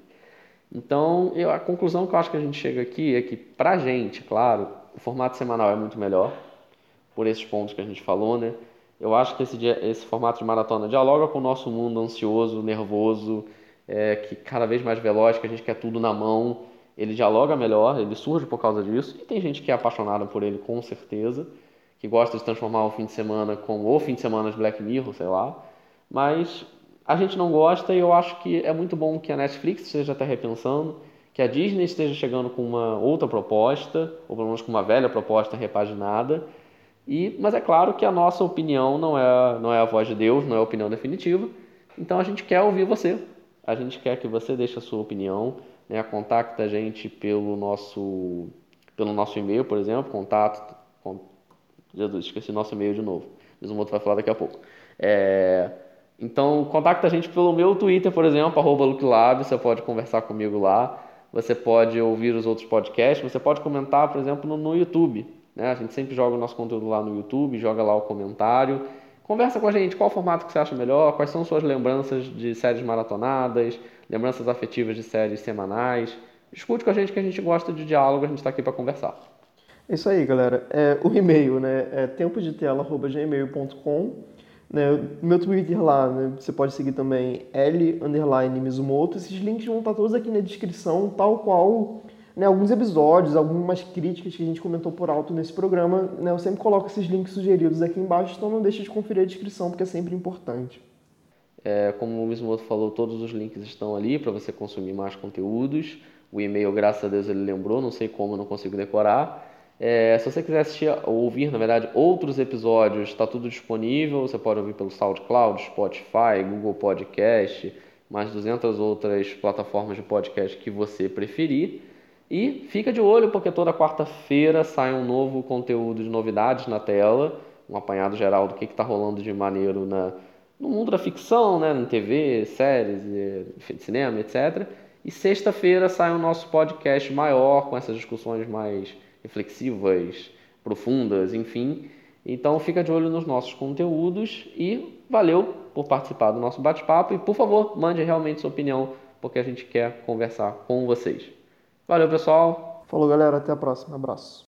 Então, eu, a conclusão que eu acho que a gente chega aqui é que, pra gente, claro, o formato semanal é muito melhor, por esses pontos que a gente falou, né? Eu acho que esse, dia- esse formato de maratona dialoga com o nosso mundo ansioso, nervoso, é, que cada vez mais veloz, que a gente quer tudo na mão. Ele dialoga melhor, ele surge por causa disso. E tem gente que é apaixonada por ele, com certeza, que gosta de transformar o fim de semana como o fim de semana de Black Mirror, sei lá. Mas a gente não gosta e eu acho que é muito bom que a Netflix esteja até repensando, que a Disney esteja chegando com uma outra proposta, ou pelo menos com uma velha proposta repaginada. E, mas é claro que a nossa opinião não é, não é a voz de Deus, não é a opinião definitiva. Então a gente quer ouvir você. A gente quer que você deixe a sua opinião, né? Contacta a gente pelo nosso, pelo nosso e-mail, por exemplo, contato. Con... Jesus, esqueci nosso e-mail de novo. Mas o outro vai falar daqui a pouco. É... Então, contacta a gente pelo meu Twitter, por exemplo, arroba LukeLab, você pode conversar comigo lá, você pode ouvir os outros podcasts, você pode comentar, por exemplo, no, no YouTube, né? A gente sempre joga o nosso conteúdo lá no YouTube, joga lá o comentário, conversa com a gente, qual formato que você acha melhor, quais são suas lembranças de séries maratonadas, lembranças afetivas de séries semanais, discute com a gente que a gente gosta de diálogo, a gente está aqui para conversar. É isso aí, galera. É, o e-mail, né, é tempo de tela arroba gmail ponto com. Né, meu Twitter lá, né, você pode seguir também L underline Mizumoto. Esses links vão estar todos aqui na descrição, tal qual, né, alguns episódios, algumas críticas que a gente comentou por alto nesse programa. Né, eu sempre coloco esses links sugeridos aqui embaixo, então não deixe de conferir a descrição, porque é sempre importante. É, como o Mizumoto falou, todos os links estão ali para você consumir mais conteúdos. O e-mail, graças a Deus, ele lembrou, não sei como, eu não consigo decorar. É, se você quiser assistir ou ouvir, na verdade, outros episódios, está tudo disponível. Você pode ouvir pelo SoundCloud, Spotify, Google Podcast, mais duzentas outras plataformas de podcast que você preferir. E fica de olho, porque toda quarta-feira sai um novo conteúdo de novidades na tela, um apanhado geral do que está rolando de maneiro na, no mundo da ficção, né, em T V, séries, cinema, etcétera. E sexta-feira sai o nosso podcast maior, com essas discussões mais reflexivas, profundas, enfim. Então fica de olho nos nossos conteúdos e valeu por participar do nosso bate-papo e, por favor, mande realmente sua opinião, porque a gente quer conversar com vocês. Valeu, pessoal! Falou, galera. Até a próxima. Abraço.